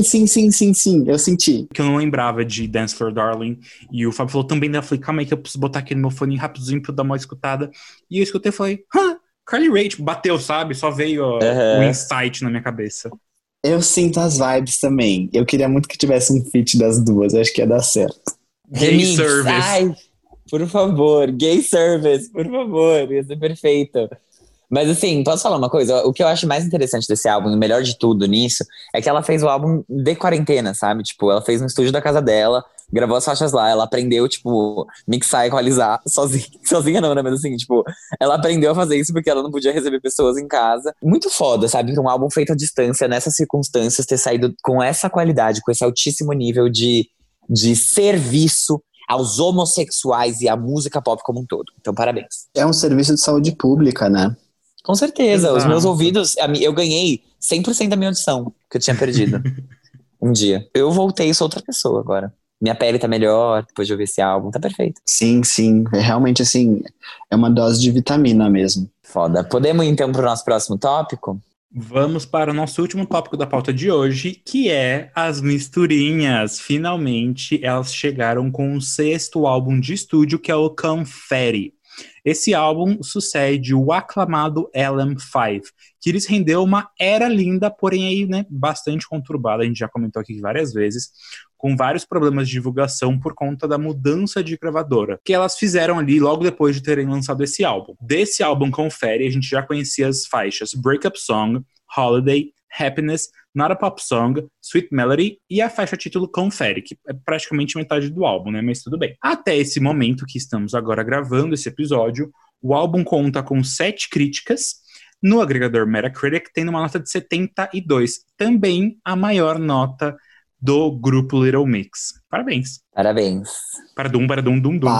eu senti. Que eu não lembrava de Dance for Darling, e o Fábio falou também, né? Eu falei, calma aí que eu preciso botar aqui no meu fone rapidinho pra eu dar uma escutada. E eu escutei e falei, Carly Rae, tipo, bateu, sabe? Só veio o insight na minha cabeça. Eu sinto as vibes também. Eu queria muito que tivesse um feat das duas, eu acho que ia dar certo. Gay Service. Ai, por favor, Gay Service, por favor, ia ser perfeito. Mas assim, posso falar uma coisa? O que eu acho mais interessante desse álbum, e o melhor de tudo nisso, é que ela fez o álbum de quarentena, sabe? Tipo, ela fez no estúdio da casa dela, gravou as faixas lá, ela aprendeu, tipo, mixar e equalizar sozinha. Sozinha não, né? Mas assim, tipo, ela aprendeu a fazer isso porque ela não podia receber pessoas em casa. Muito foda, sabe? Pra um álbum feito à distância, nessas circunstâncias, ter saído com essa qualidade, com esse altíssimo nível de serviço aos homossexuais e à música pop como um todo. Então, parabéns. É um serviço de saúde pública, né? Com certeza, Exato. Os meus ouvidos, eu ganhei 100% da minha audição que eu tinha perdido um dia. Eu voltei, sou outra pessoa agora. Minha pele tá melhor depois de ouvir esse álbum, tá perfeito. Sim, realmente assim, é uma dose de vitamina mesmo. Foda. Podemos então pro nosso próximo tópico? Vamos para o nosso último tópico da pauta de hoje, que é as misturinhas. Finalmente, elas chegaram com o 6º álbum de estúdio, que é o Confetti. Esse álbum sucede o aclamado LM5, que lhes rendeu uma era linda, porém aí, né, bastante conturbada, a gente já comentou aqui várias vezes, com vários problemas de divulgação por conta da mudança de gravadora, que elas fizeram ali logo depois de terem lançado esse álbum. Desse álbum Confetti, a gente já conhecia as faixas Breakup Song, Holiday, Happiness, Not a Pop Song, Sweet Melody e a faixa título Confetti, que é praticamente metade do álbum, né? Mas tudo bem. Até esse momento que estamos agora gravando esse episódio, o álbum conta com 7 críticas, no agregador Metacritic tendo uma nota de 72, também a maior nota do grupo Little Mix. Parabéns. Parabéns. Paradum, paradum, dum, dum.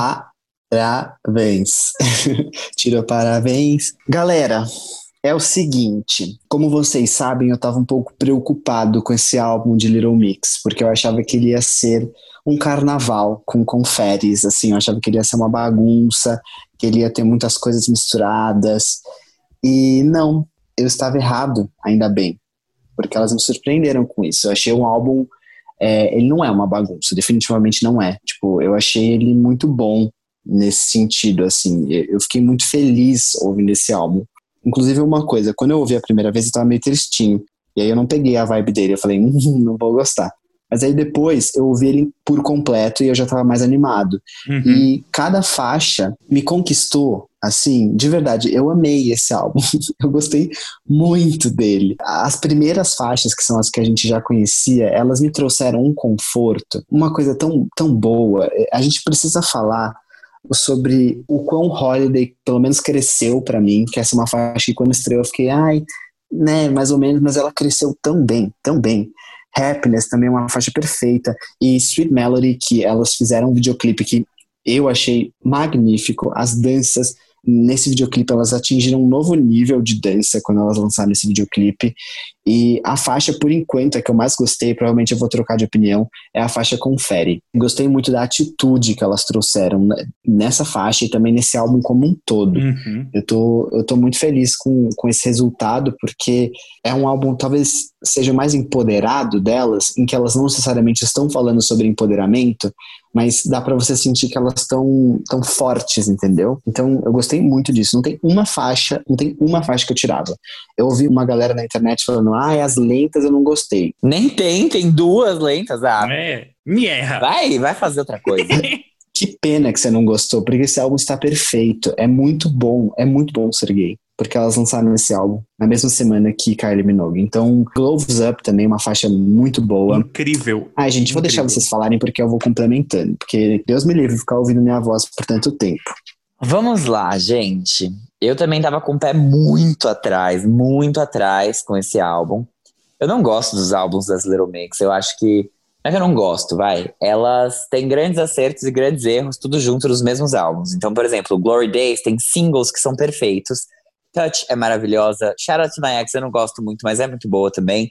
Parabéns. Tira parabéns. Galera, é o seguinte, como vocês sabem, eu tava um pouco preocupado com esse álbum de Little Mix, porque eu achava que ele ia ser um carnaval com confetes, assim, eu achava que ele ia ser uma bagunça, que ele ia ter muitas coisas misturadas, e não, eu estava errado, ainda bem, porque elas me surpreenderam com isso. Eu achei um álbum, ele não é uma bagunça, definitivamente não é, tipo, eu achei ele muito bom nesse sentido, assim, eu fiquei muito feliz ouvindo esse álbum. Inclusive uma coisa, quando eu ouvi a primeira vez eu tava meio tristinho, e aí eu não peguei a vibe dele, eu falei, não vou gostar. Mas aí depois eu ouvi ele por completo e eu já tava mais animado. Uhum. E cada faixa me conquistou, assim, de verdade, eu amei esse álbum, eu gostei muito dele. As primeiras faixas, que são as que a gente já conhecia, elas me trouxeram um conforto, uma coisa tão, tão boa. A gente precisa falar sobre o quão Holiday, pelo menos, cresceu pra mim, que essa é uma faixa que quando estreou eu fiquei, né, mais ou menos, mas ela cresceu tão bem, tão bem. Happiness também é uma faixa perfeita. E Sweet Melody, que elas fizeram um videoclipe que eu achei magnífico. As danças nesse videoclipe, elas atingiram um novo nível de dança quando elas lançaram esse videoclipe. E a faixa, por enquanto, a que eu mais gostei, provavelmente eu vou trocar de opinião, é a faixa Confere. Gostei muito da atitude que elas trouxeram nessa faixa e também nesse álbum como um todo. Uhum. Eu tô muito feliz com esse resultado, porque é um álbum talvez seja mais empoderado delas, em que elas não necessariamente estão falando sobre empoderamento, mas dá pra você sentir que elas estão tão fortes, entendeu? Então eu gostei muito disso. Não tem uma faixa que eu tirava. Eu ouvi uma galera na internet falando, as lentas eu não gostei. Nem tem 2 lentas. Me erra. Vai fazer outra coisa. Que pena que você não gostou, porque esse álbum está perfeito. É muito bom, Serguei. Porque elas lançaram esse álbum na mesma semana que Kylie Minogue. Então, Gloves Up também, uma faixa muito boa. Incrível. Gente, vou deixar vocês falarem porque eu vou complementando. Porque Deus me livre ficar ouvindo minha voz por tanto tempo. Vamos lá, gente. Eu também tava com o pé muito atrás com esse álbum. Eu não gosto dos álbuns das Little Mix. Eu acho que... Não é que eu não gosto, elas têm grandes acertos e grandes erros, tudo junto nos mesmos álbuns. Então, por exemplo, Glory Days tem singles que são perfeitos. Touch é maravilhosa. Shout Out to My Ex eu não gosto muito, mas é muito boa também.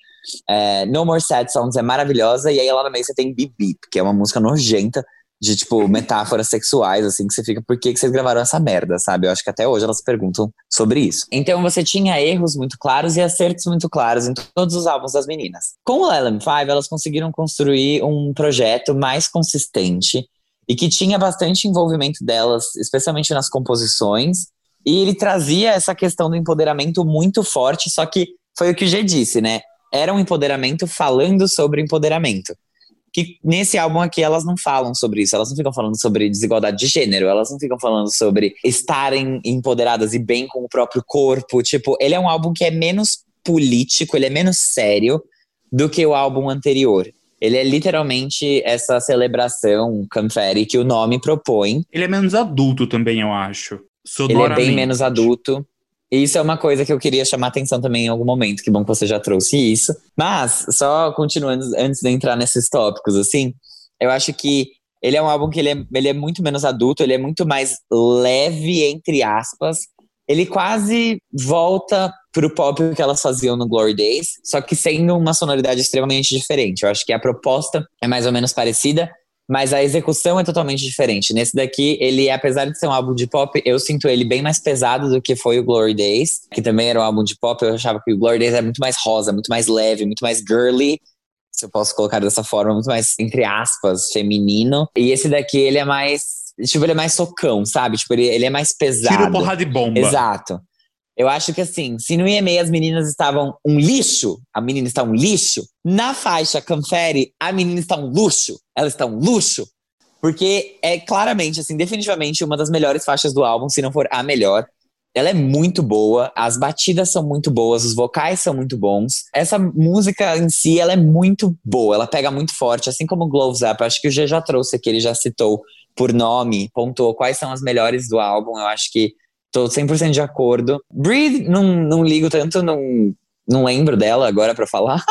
No More Sad Songs é maravilhosa. E aí lá no meio você tem Beep Beep, que é uma música nojenta de, tipo, metáforas sexuais, assim, que você fica, por que vocês gravaram essa merda, sabe? Eu acho que até hoje elas perguntam sobre isso. Então você tinha erros muito claros e acertos muito claros em todos os álbuns das meninas. Com o LM5, elas conseguiram construir um projeto mais consistente e que tinha bastante envolvimento delas, especialmente nas composições. E ele trazia essa questão do empoderamento muito forte, só que foi o que o G disse, né? Era um empoderamento falando sobre empoderamento. Que nesse álbum aqui elas não falam sobre isso, elas não ficam falando sobre desigualdade de gênero, elas não ficam falando sobre estarem empoderadas e bem com o próprio corpo. Tipo, ele é um álbum que é menos político, ele é menos sério do que o álbum anterior. Ele é literalmente essa celebração confere que o nome propõe. Ele é menos adulto também, eu acho. Ele é bem menos adulto. E isso é uma coisa que eu queria chamar atenção também em algum momento. Que bom que você já trouxe isso. Mas, só continuando, antes de entrar nesses tópicos, assim, eu acho que ele é um álbum que ele é muito menos adulto, ele é muito mais leve, entre aspas. Ele quase volta pro pop que elas faziam no Glory Days, só que sendo uma sonoridade extremamente diferente. Eu acho que a proposta é mais ou menos parecida, mas a execução é totalmente diferente. Nesse daqui, ele, apesar de ser um álbum de pop, eu sinto ele bem mais pesado do que foi o Glory Days, que também era um álbum de pop. Eu achava que o Glory Days era muito mais rosa, muito mais leve, muito mais girly, se eu posso colocar dessa forma, muito mais, entre aspas, feminino. E esse daqui, ele é mais, tipo, ele é mais socão, sabe? Tipo, ele é mais pesado. Tiro, porrada e bomba. Exato. Eu acho que assim, se no EMA as meninas estavam um lixo, a menina está um lixo, na faixa Confere, a menina está um luxo, ela está um luxo, porque é claramente, assim, definitivamente uma das melhores faixas do álbum, se não for a melhor. Ela é muito boa, as batidas são muito boas, os vocais são muito bons. Essa música em si, ela é muito boa, ela pega muito forte, assim como Gloves Up. Acho que o G já trouxe aqui, ele já citou por nome, pontuou quais são as melhores do álbum. Eu acho que tô 100% de acordo. Breathe, não ligo tanto, não lembro dela agora pra falar.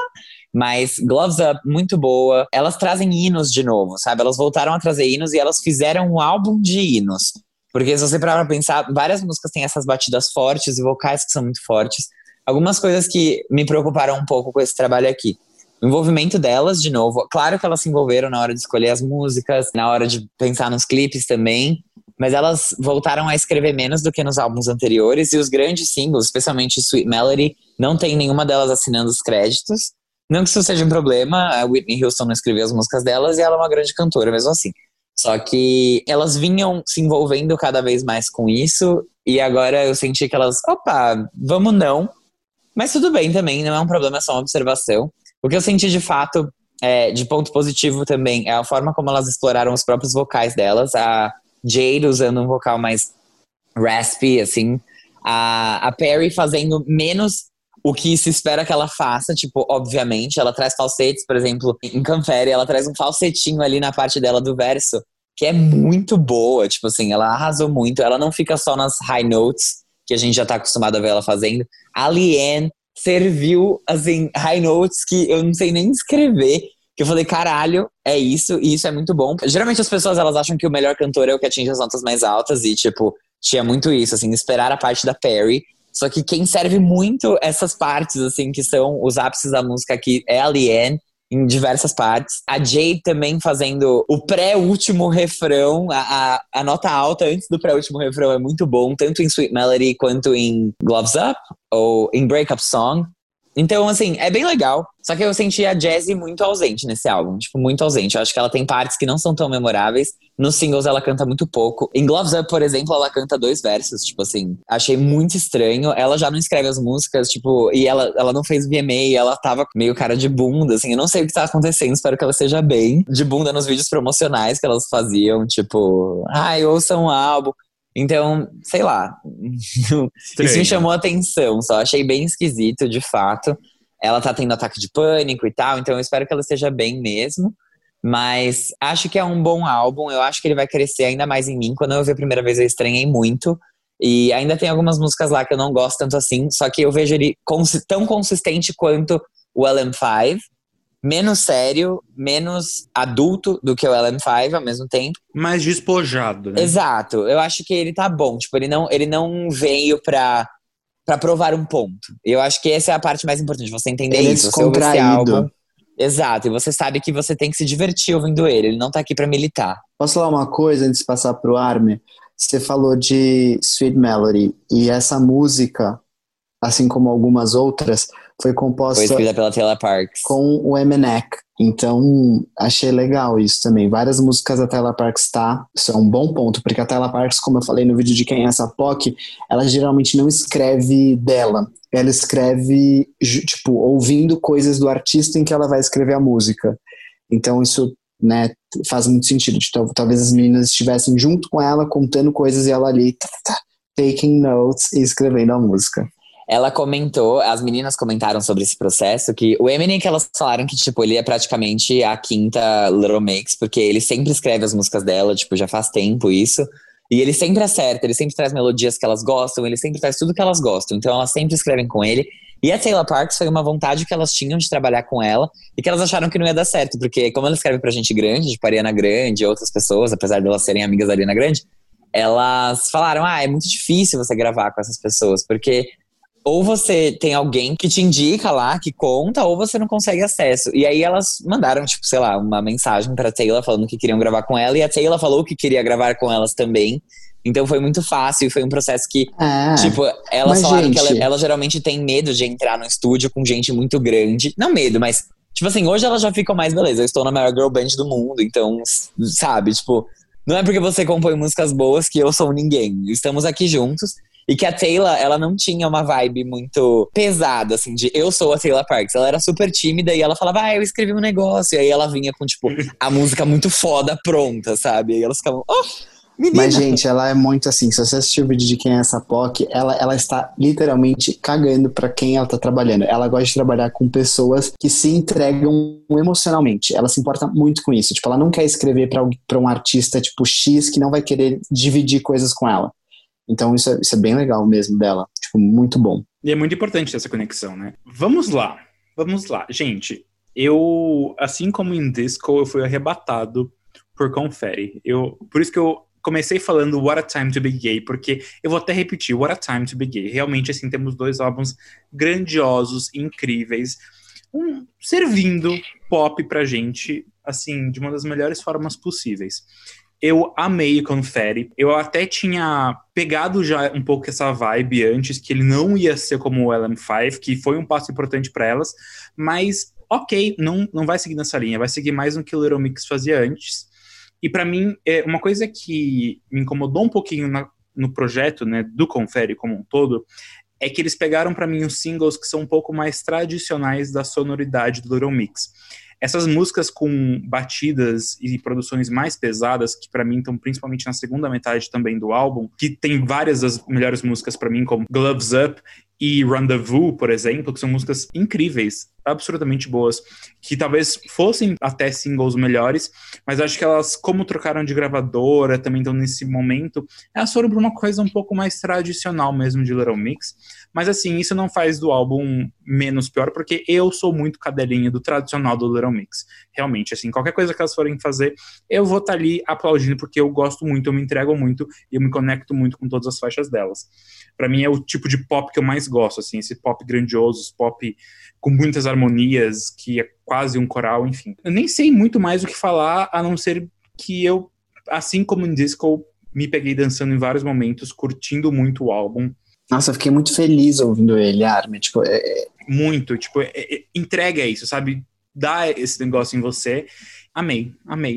Mas Gloves Up, muito boa. Elas trazem hinos de novo, sabe? Elas voltaram a trazer hinos e elas fizeram um álbum de hinos. Porque se você parar pra pensar, várias músicas têm essas batidas fortes e vocais que são muito fortes. Algumas coisas que me preocuparam um pouco com esse trabalho aqui. O envolvimento delas, de novo. Claro que elas se envolveram na hora de escolher as músicas, na hora de pensar nos clipes também. Mas elas voltaram a escrever menos do que nos álbuns anteriores. E os grandes singles, especialmente Sweet Melody, não tem nenhuma delas assinando os créditos. Não que isso seja um problema, a Whitney Houston não escreveu as músicas delas e ela é uma grande cantora mesmo assim. Só que elas vinham se envolvendo cada vez mais com isso. E agora eu senti que elas, vamos não. Mas tudo bem também, não é um problema, é só uma observação. O que eu senti de fato, de ponto positivo também, é a forma como elas exploraram os próprios vocais delas. A Jade usando um vocal mais raspy, assim. A Perry fazendo menos o que se espera que ela faça, tipo, obviamente. Ela traz falsetes, por exemplo, em Confere, ela traz um falsetinho ali na parte dela do verso, que é muito boa, tipo assim, ela arrasou muito. Ela não fica só nas high notes, que a gente já tá acostumado a ver ela fazendo. A Leanne serviu, assim, high notes que eu não sei nem escrever. Que eu falei, caralho, é isso, e isso é muito bom. Geralmente as pessoas, elas acham que o melhor cantor é o que atinge as notas mais altas, e, tipo, tinha muito isso, assim, esperar a parte da Perry. Só que quem serve muito essas partes, assim, que são os ápices da música aqui, é a Leanne, em diversas partes. A Jade também fazendo o pré-último refrão, a nota alta antes do pré-último refrão é muito bom, tanto em Sweet Melody quanto em Gloves Up, ou em Breakup Song. Então, assim, é bem legal. Só que eu senti a Jessie muito ausente nesse álbum. Tipo, muito ausente. Eu acho que ela tem partes que não são tão memoráveis. Nos singles ela canta muito pouco. Em Gloves Up, por exemplo, ela canta 2 versos. Tipo assim, achei muito estranho. Ela já não escreve as músicas, tipo... E ela não fez VMA, ela tava meio cara de bunda, assim. Eu não sei o que tá acontecendo, espero que ela esteja bem. De bunda nos vídeos promocionais que elas faziam. Tipo, ai, ouçam um álbum. Então, sei lá, isso me chamou a atenção, só achei bem esquisito, de fato. Ela tá tendo ataque de pânico e tal, então eu espero que ela esteja bem mesmo. Mas acho que é um bom álbum, eu acho que ele vai crescer ainda mais em mim. Quando eu vi a primeira vez eu estranhei muito. E ainda tem algumas músicas lá que eu não gosto tanto assim, só que eu vejo ele tão consistente quanto o LM5. Menos sério, menos adulto do que o LM5 ao mesmo tempo. Mais despojado, né? Exato. Eu acho que ele tá bom. Tipo, ele não veio pra provar um ponto. E eu acho que essa é a parte mais importante. Você entender ele isso. É você ouve esse descontraído. álbum. Exato. E você sabe que você tem que se divertir ouvindo ele. Ele não tá aqui pra militar. Posso falar uma coisa antes de passar pro Armin? Você falou de Sweet Melody. E essa música, assim como algumas outras, foi composta... Foi escrita pela Taylor Parks. Com o Eminem. Então, achei legal isso também. Várias músicas da Taylor Parks isso é um bom ponto, porque a Taylor Parks, como eu falei no vídeo de Quem é essa POC, ela geralmente não escreve dela. Ela escreve, tipo, ouvindo coisas do artista em que ela vai escrever a música. Então, isso, né, faz muito sentido. Talvez as meninas estivessem junto com ela, contando coisas e ela ali, taking notes e escrevendo a música. Ela comentou, as meninas comentaram sobre esse processo, que o Eminem, que elas falaram que, tipo, ele é praticamente a quinta Little Mix, porque ele sempre escreve as músicas dela, tipo, já faz tempo isso. E ele sempre acerta, ele sempre traz melodias que elas gostam, ele sempre traz tudo que elas gostam. Então elas sempre escrevem com ele. E a Taylor Parks foi uma vontade que elas tinham de trabalhar com ela e que elas acharam que não ia dar certo, porque como ela escreve pra gente grande, tipo Ariana Grande e outras pessoas, apesar de elas serem amigas da Ariana Grande, elas falaram, é muito difícil você gravar com essas pessoas, porque... ou você tem alguém que te indica lá, que conta, ou você não consegue acesso. E aí elas mandaram, tipo, sei lá, uma mensagem pra Taylor falando que queriam gravar com ela. E a Taylor falou que queria gravar com elas também. Então foi muito fácil. Foi um processo que, tipo, elas falaram que ela geralmente tem medo de entrar no estúdio com gente muito grande. Não medo, mas, tipo assim, hoje elas já ficam mais, beleza, eu estou na maior girl band do mundo. Então, sabe, tipo, não é porque você compõe músicas boas que eu sou ninguém. Estamos aqui juntos. E que a Taylor, ela não tinha uma vibe muito pesada, assim, de eu sou a Taylor Parks. Ela era super tímida e ela falava, eu escrevi um negócio. E aí ela vinha com, tipo, a música muito foda pronta, sabe? E aí elas ficavam, menina! Mas, gente, ela é muito assim, se você assistir o vídeo de Quem é essa POC, ela está literalmente cagando pra quem ela tá trabalhando. Ela gosta de trabalhar com pessoas que se entregam emocionalmente. Ela se importa muito com isso. Tipo, ela não quer escrever pra um artista, tipo, X, que não vai querer dividir coisas com ela. Então isso é bem legal mesmo dela, tipo, muito bom. E é muito importante essa conexão, né? Vamos lá. Gente, assim como em Disco, eu fui arrebatado por Confetti. Por isso que eu comecei falando What a Time to Be Gay, porque eu vou até repetir, What a Time to Be Gay. Realmente, assim, temos 2 álbuns grandiosos, incríveis, servindo pop pra gente, assim, de uma das melhores formas possíveis. Eu amei Confetti. Eu até tinha pegado já um pouco essa vibe antes, que ele não ia ser como o LM5, que foi um passo importante para elas, mas ok, não vai seguir nessa linha, vai seguir mais no que o Little Mix fazia antes. E para mim, uma coisa que me incomodou um pouquinho no projeto, né, do Confetti como um todo, é que eles pegaram para mim os singles que são um pouco mais tradicionais da sonoridade do Little Mix. Essas músicas com batidas e produções mais pesadas, que pra mim estão principalmente na segunda metade também do álbum, que tem várias das melhores músicas pra mim, como Gloves Up e Rendezvous, por exemplo, que são músicas incríveis. absurdamente boas, que talvez fossem até singles melhores, mas acho que elas, como trocaram de gravadora, também estão nesse momento, elas foram para uma coisa um pouco mais tradicional mesmo de Little Mix. Mas assim, isso não faz do álbum menos pior, porque eu sou muito cadelinha do tradicional do Little Mix. Realmente, assim, qualquer coisa que elas forem fazer, eu vou estar ali aplaudindo, porque eu gosto muito, eu me entrego muito, e eu me conecto muito com todas as faixas delas. Pra mim é o tipo de pop que eu mais gosto, assim, esse pop grandioso, esse pop com muitas harmonias, que é quase um coral, enfim. Eu nem sei muito mais o que falar, a não ser que eu, assim como em Disco, me peguei dançando em vários momentos, curtindo muito o álbum. Nossa, eu fiquei muito feliz ouvindo ele, Armin. Tipo, Muito, tipo, entrega isso, sabe? Dá esse negócio em você. Amei.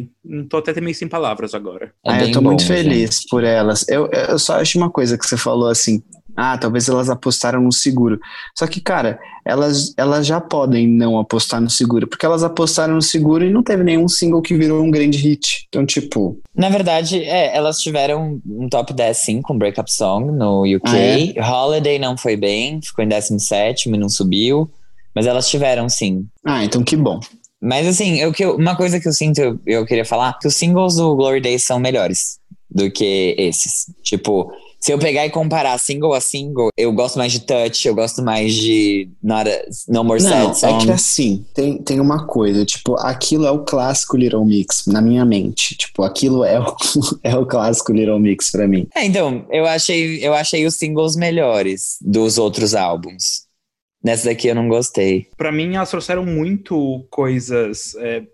Tô até meio sem palavras agora. Eu tô muito feliz por elas. Eu só acho uma coisa que você falou assim, talvez elas apostaram no seguro. Só que, cara, elas já podem não apostar no seguro, porque elas apostaram no seguro e não teve nenhum single que virou um grande hit. Então, tipo... Na verdade, elas tiveram um top 10, sim, com Breakup Song no UK. Holiday não foi bem, ficou em 17º e não subiu. Mas elas tiveram, sim. Então que bom. Mas assim, uma coisa que eu sinto, eu queria falar, que os singles do Glory Days são melhores do que esses. Tipo, se eu pegar e comparar single a single, eu gosto mais de Touch, eu gosto mais de No More Sad Song. É que assim, tem uma coisa, tipo, aquilo é o clássico Little Mix, na minha mente. Tipo, aquilo é o clássico Little Mix pra mim. Então, eu achei os singles melhores dos outros álbuns. Nessa daqui eu não gostei. Pra mim, elas trouxeram muito coisas...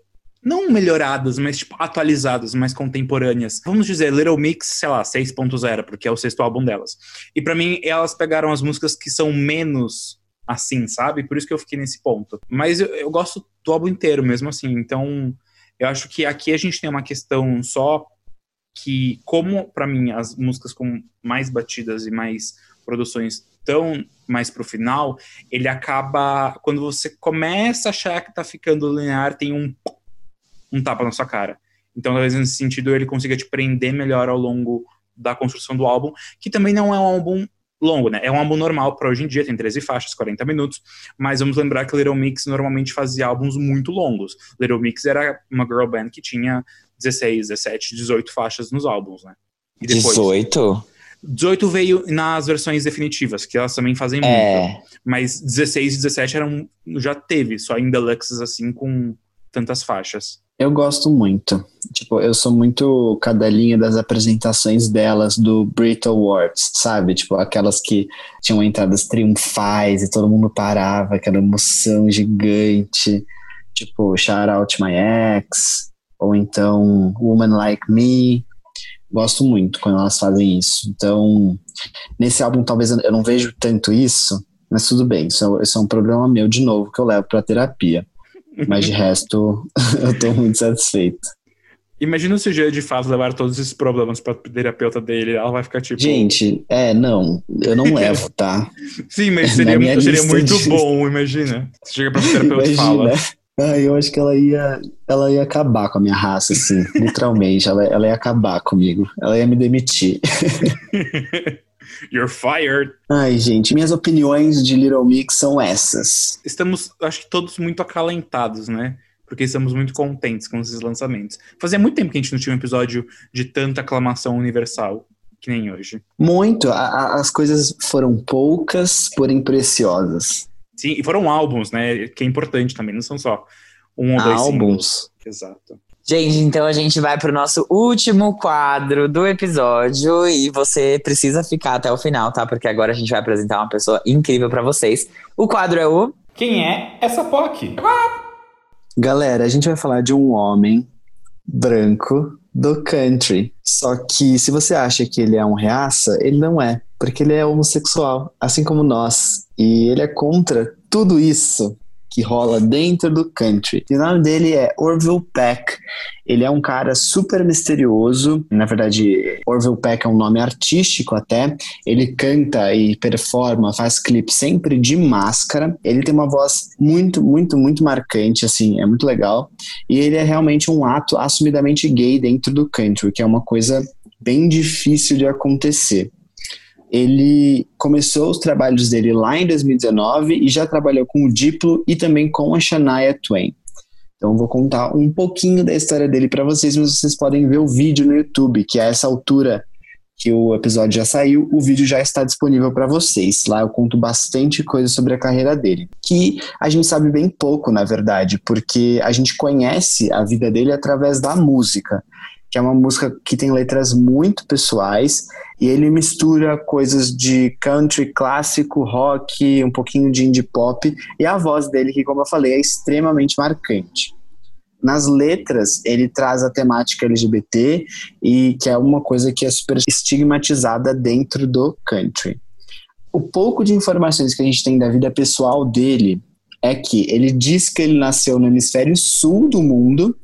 não melhoradas, mas tipo, atualizadas, mais contemporâneas. Vamos dizer, Little Mix, sei lá, 6.0, porque é o 6º álbum delas. E pra mim, elas pegaram as músicas que são menos assim, sabe? Por isso que eu fiquei nesse ponto. Mas eu gosto do álbum inteiro mesmo assim. Então, eu acho que aqui a gente tem uma questão só que, como pra mim, as músicas com mais batidas e mais produções tão mais pro final, ele acaba... Quando você começa a achar que tá ficando linear, tem um tapa na sua cara. Então, talvez nesse sentido, ele consiga te prender melhor ao longo da construção do álbum, que também não é um álbum longo, né? É um álbum normal para hoje em dia, tem 13 faixas, 40 minutos, mas vamos lembrar que Little Mix normalmente fazia álbuns muito longos. Little Mix era uma girl band que tinha 16, 17, 18 faixas nos álbuns, né? E depois, 18 veio nas versões definitivas, que elas também fazem muito. Mas 16 e 17 já teve, só em deluxes assim, com tantas faixas. Eu gosto muito. Tipo, eu sou muito cadelinha das apresentações delas do Brit Awards, sabe? Tipo, aquelas que tinham entradas triunfais e todo mundo parava, aquela emoção gigante. Tipo, Shout Out My Ex, ou então Woman Like Me. Gosto muito quando elas fazem isso. Então, nesse álbum talvez eu não vejo tanto isso, mas tudo bem. Isso é um problema meu, de novo, que eu levo pra terapia. Mas de resto, eu tô muito satisfeito. Imagina se o Jean de fato levar todos esses problemas pra terapeuta dele, ela vai ficar tipo... Gente, não, eu não levo, tá? Sim, mas seria muito bom, imagina. Você chega pra terapeuta e fala... Eu acho que ela ia acabar com a minha raça, assim, literalmente. Ela ia acabar comigo. Ela ia me demitir. You're fired. Ai, gente, minhas opiniões de Little Mix são essas. Estamos, acho que todos muito acalentados, né? Porque estamos muito contentes com esses lançamentos. Fazia muito tempo que a gente não tinha um episódio de tanta aclamação universal que nem hoje. Muito. As coisas foram poucas, porém preciosas. Sim, e foram álbuns, né? Que é importante também, não são só um ou dois álbuns. Exato. Gente, então a gente vai pro nosso último quadro do episódio e você precisa ficar até o final, tá? Porque agora a gente vai apresentar uma pessoa incrível pra vocês. O quadro é o... Quem é essa POC? Galera, a gente vai falar de um homem branco do country. Só que se você acha que ele é um reaça, ele não é. Porque ele é homossexual, assim como nós. E ele é contra tudo isso que rola dentro do country. E o nome dele é Orville Peck. Ele é um cara super misterioso. Na verdade, Orville Peck é um nome artístico até. Ele canta e performa, faz clipe sempre de máscara. Ele tem uma voz muito, muito, muito marcante, assim, é muito legal. E ele é realmente um ato assumidamente gay dentro do country, que é uma coisa bem difícil de acontecer. Ele começou os trabalhos dele lá em 2019 e já trabalhou com o Diplo e também com a Shania Twain. Então eu vou contar um pouquinho da história dele para vocês, mas vocês podem ver o vídeo no YouTube, que a essa altura que o episódio já saiu, o vídeo já está disponível para vocês. Lá eu conto bastante coisa sobre a carreira dele, que a gente sabe bem pouco, na verdade, porque a gente conhece a vida dele através da música, que é uma música que tem letras muito pessoais, e ele mistura coisas de country clássico, rock, um pouquinho de indie pop, e a voz dele, que como eu falei, é extremamente marcante. Nas letras, ele traz a temática LGBT, e que é uma coisa que é super estigmatizada dentro do country. O pouco de informações que a gente tem da vida pessoal dele é que ele diz que ele nasceu no hemisfério sul do mundo,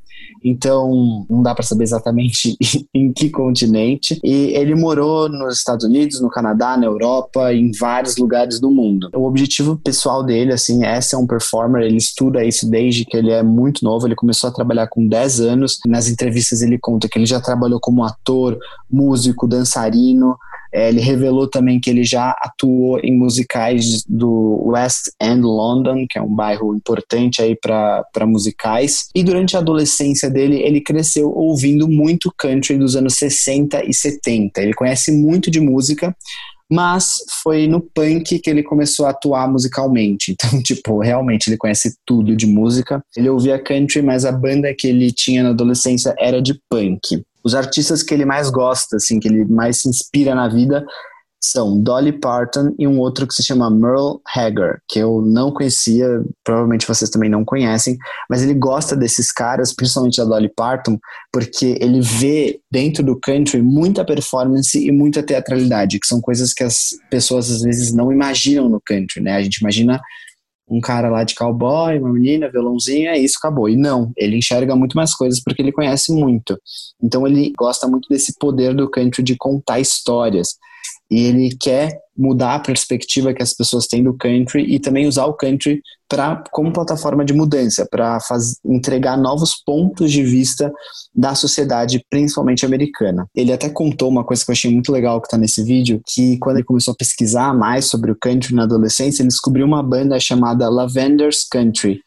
então não dá para saber exatamente em que continente, e ele morou nos Estados Unidos, no Canadá, na Europa, em vários lugares do mundo. O objetivo pessoal dele, assim, é ser um performer. Ele estuda isso desde que ele é muito novo. Ele começou a trabalhar com 10 anos. Nas entrevistas ele conta que ele já trabalhou como ator, músico, dançarino. Ele revelou também que ele já atuou em musicais do West End London, que é um bairro importante aí para musicais. E durante a adolescência dele, ele cresceu ouvindo muito country dos anos 60 e 70. Ele conhece muito de música, mas foi no punk que ele começou a atuar musicalmente. Então, tipo, realmente ele conhece tudo de música. Ele ouvia country, mas a banda que ele tinha na adolescência era de punk. Os artistas que ele mais gosta, assim, que ele mais se inspira na vida, são Dolly Parton e um outro que se chama Merle Haggard, que eu não conhecia, provavelmente vocês também não conhecem, mas ele gosta desses caras, principalmente da Dolly Parton, porque ele vê dentro do country muita performance e muita teatralidade, que são coisas que as pessoas às vezes não imaginam no country, né? A gente imagina um cara lá de cowboy, uma menina, violãozinho, é isso, acabou. E não, ele enxerga muito mais coisas porque ele conhece muito. Então ele gosta muito desse poder do country de contar histórias. E ele quer mudar a perspectiva que as pessoas têm do country e também usar o country como plataforma de mudança, para entregar novos pontos de vista da sociedade, principalmente americana. Ele até contou uma coisa que eu achei muito legal que está nesse vídeo, que quando ele começou a pesquisar mais sobre o country na adolescência, ele descobriu uma banda chamada Lavender's Country,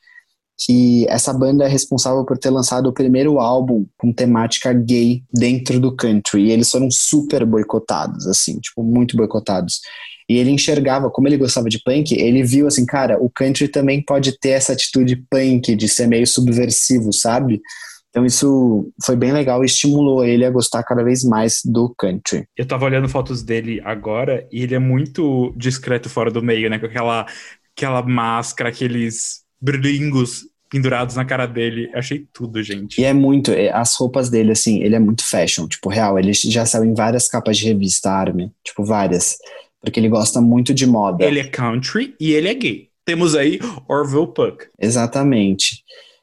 que essa banda é responsável por ter lançado o primeiro álbum com temática gay dentro do country, e eles foram super boicotados, assim, tipo, muito boicotados. E ele enxergava, como ele gostava de punk, ele viu assim, cara, o country também pode ter essa atitude punk, de ser meio subversivo, sabe? Então isso foi bem legal e estimulou ele a gostar cada vez mais do country. Eu tava olhando fotos dele agora, e ele é muito discreto fora do meio, né, com aquela máscara, aqueles brilingos pendurados na cara dele. Achei tudo, gente. E é muito, as roupas dele, assim, ele é muito fashion, tipo, real, ele já saiu em várias capas de revista, Armin, tipo, várias, porque ele gosta muito de moda. Ele é country e ele é gay. Temos aí Orville Puck. Exatamente.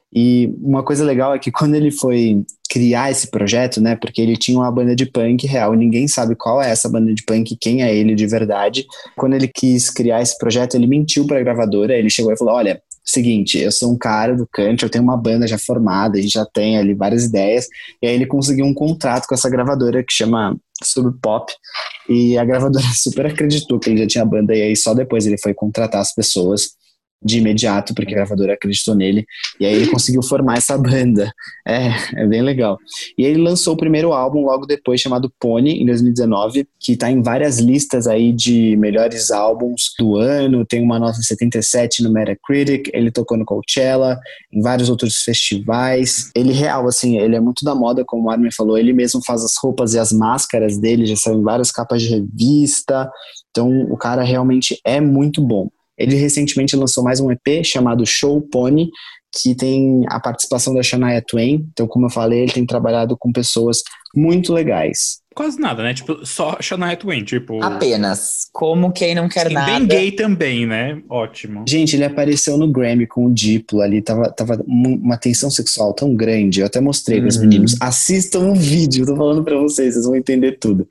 E uma coisa legal é que quando ele foi criar esse projeto, né, porque ele tinha uma banda de punk real, ninguém sabe qual é essa banda de punk, quem é ele de verdade. Quando ele quis criar esse projeto, ele mentiu para a gravadora, ele chegou e falou, olha, seguinte, eu sou um cara do country, eu tenho uma banda já formada, a gente já tem ali várias ideias, e aí ele conseguiu um contrato com essa gravadora que chama Sub Pop, e a gravadora super acreditou que ele já tinha banda, e aí só depois ele foi contratar as pessoas de imediato, porque a gravadora acreditou nele, e aí ele conseguiu formar essa banda. É bem legal. E ele lançou o primeiro álbum logo depois, chamado Pony, em 2019, que tá em várias listas aí de melhores álbuns do ano, tem uma nota 77 no Metacritic, ele tocou no Coachella, em vários outros festivais. Ele real, assim, ele é muito da moda, como o Armin falou, ele mesmo faz as roupas e as máscaras dele, já saiu em várias capas de revista, então o cara realmente é muito bom. Ele recentemente lançou mais um EP chamado Show Pony, que tem a participação da Shania Twain. Então, como eu falei, ele tem trabalhado com pessoas muito legais. Quase nada, né? Tipo, só Shania Twain, tipo... Apenas. Como quem não quer nada. Bem gay também, né? Ótimo. Gente, ele apareceu no Grammy com o Diplo ali, tava uma tensão sexual tão grande. Eu até mostrei para os meninos. Assistam o vídeo, tô falando para vocês vão entender tudo.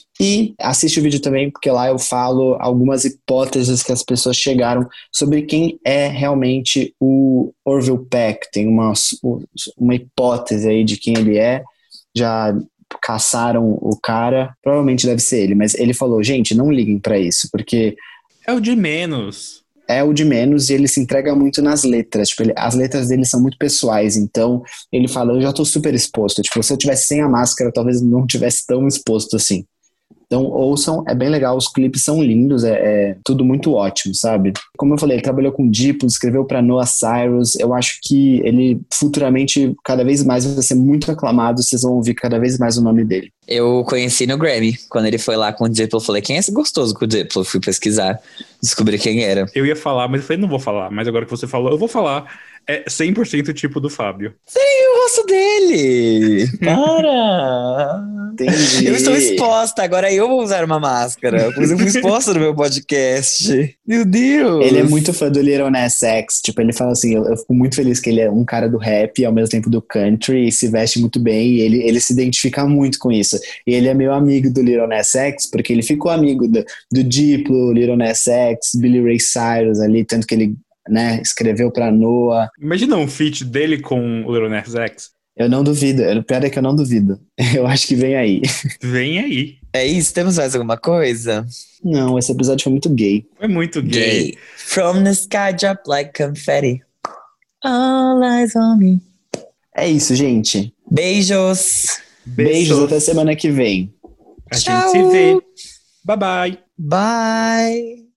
E assiste o vídeo também, porque lá eu falo algumas hipóteses que as pessoas chegaram sobre quem é realmente o Orville Peck. Tem uma hipótese aí de quem ele é. Já caçaram o cara, provavelmente deve ser ele, mas ele falou, gente, não liguem pra isso, porque é o de menos. É o de menos e ele se entrega muito nas letras. Tipo, as letras dele são muito pessoais, então ele fala, eu já tô super exposto. Tipo, se eu tivesse sem a máscara, talvez não tivesse tão exposto assim. Então ouçam, é bem legal, os clipes são lindos, é tudo muito ótimo, sabe? Como eu falei, ele trabalhou com Diplo, escreveu pra Noah Cyrus, eu acho que ele futuramente cada vez mais vai ser muito aclamado, vocês vão ouvir cada vez mais o nome dele. Eu conheci no Grammy, quando ele foi lá com o Diplo, eu falei, quem é esse gostoso com o Diplo? Fui pesquisar, descobri quem era. Eu ia falar, mas eu falei, não vou falar, mas agora que você falou, eu vou falar. É 100% tipo do Fábio. Sim, eu gosto dele! Para! Entendi. Eu estou exposta, agora eu vou usar uma máscara, pois eu fui exposta no meu podcast. Meu Deus! Ele é muito fã do Lil Nas X, tipo, ele fala assim, eu fico muito feliz que ele é um cara do rap e ao mesmo tempo do country, e se veste muito bem, e ele se identifica muito com isso. E ele é meu amigo do Lil Nas X, porque ele ficou amigo do Diplo, Lil Nas X, Billy Ray Cyrus ali, tanto que ele, né, escreveu pra Noah. Imagina um feat dele com o Lil Nas X. Eu não duvido, o pior é que eu não duvido. Eu acho que vem aí. Vem aí. É isso? Temos mais alguma coisa? Não, esse episódio foi muito gay. Foi muito gay. From the sky drop like confetti. All eyes on me. É isso, gente. Beijos. Beijos, até semana que vem. A gente se vê. Bye, bye. Bye.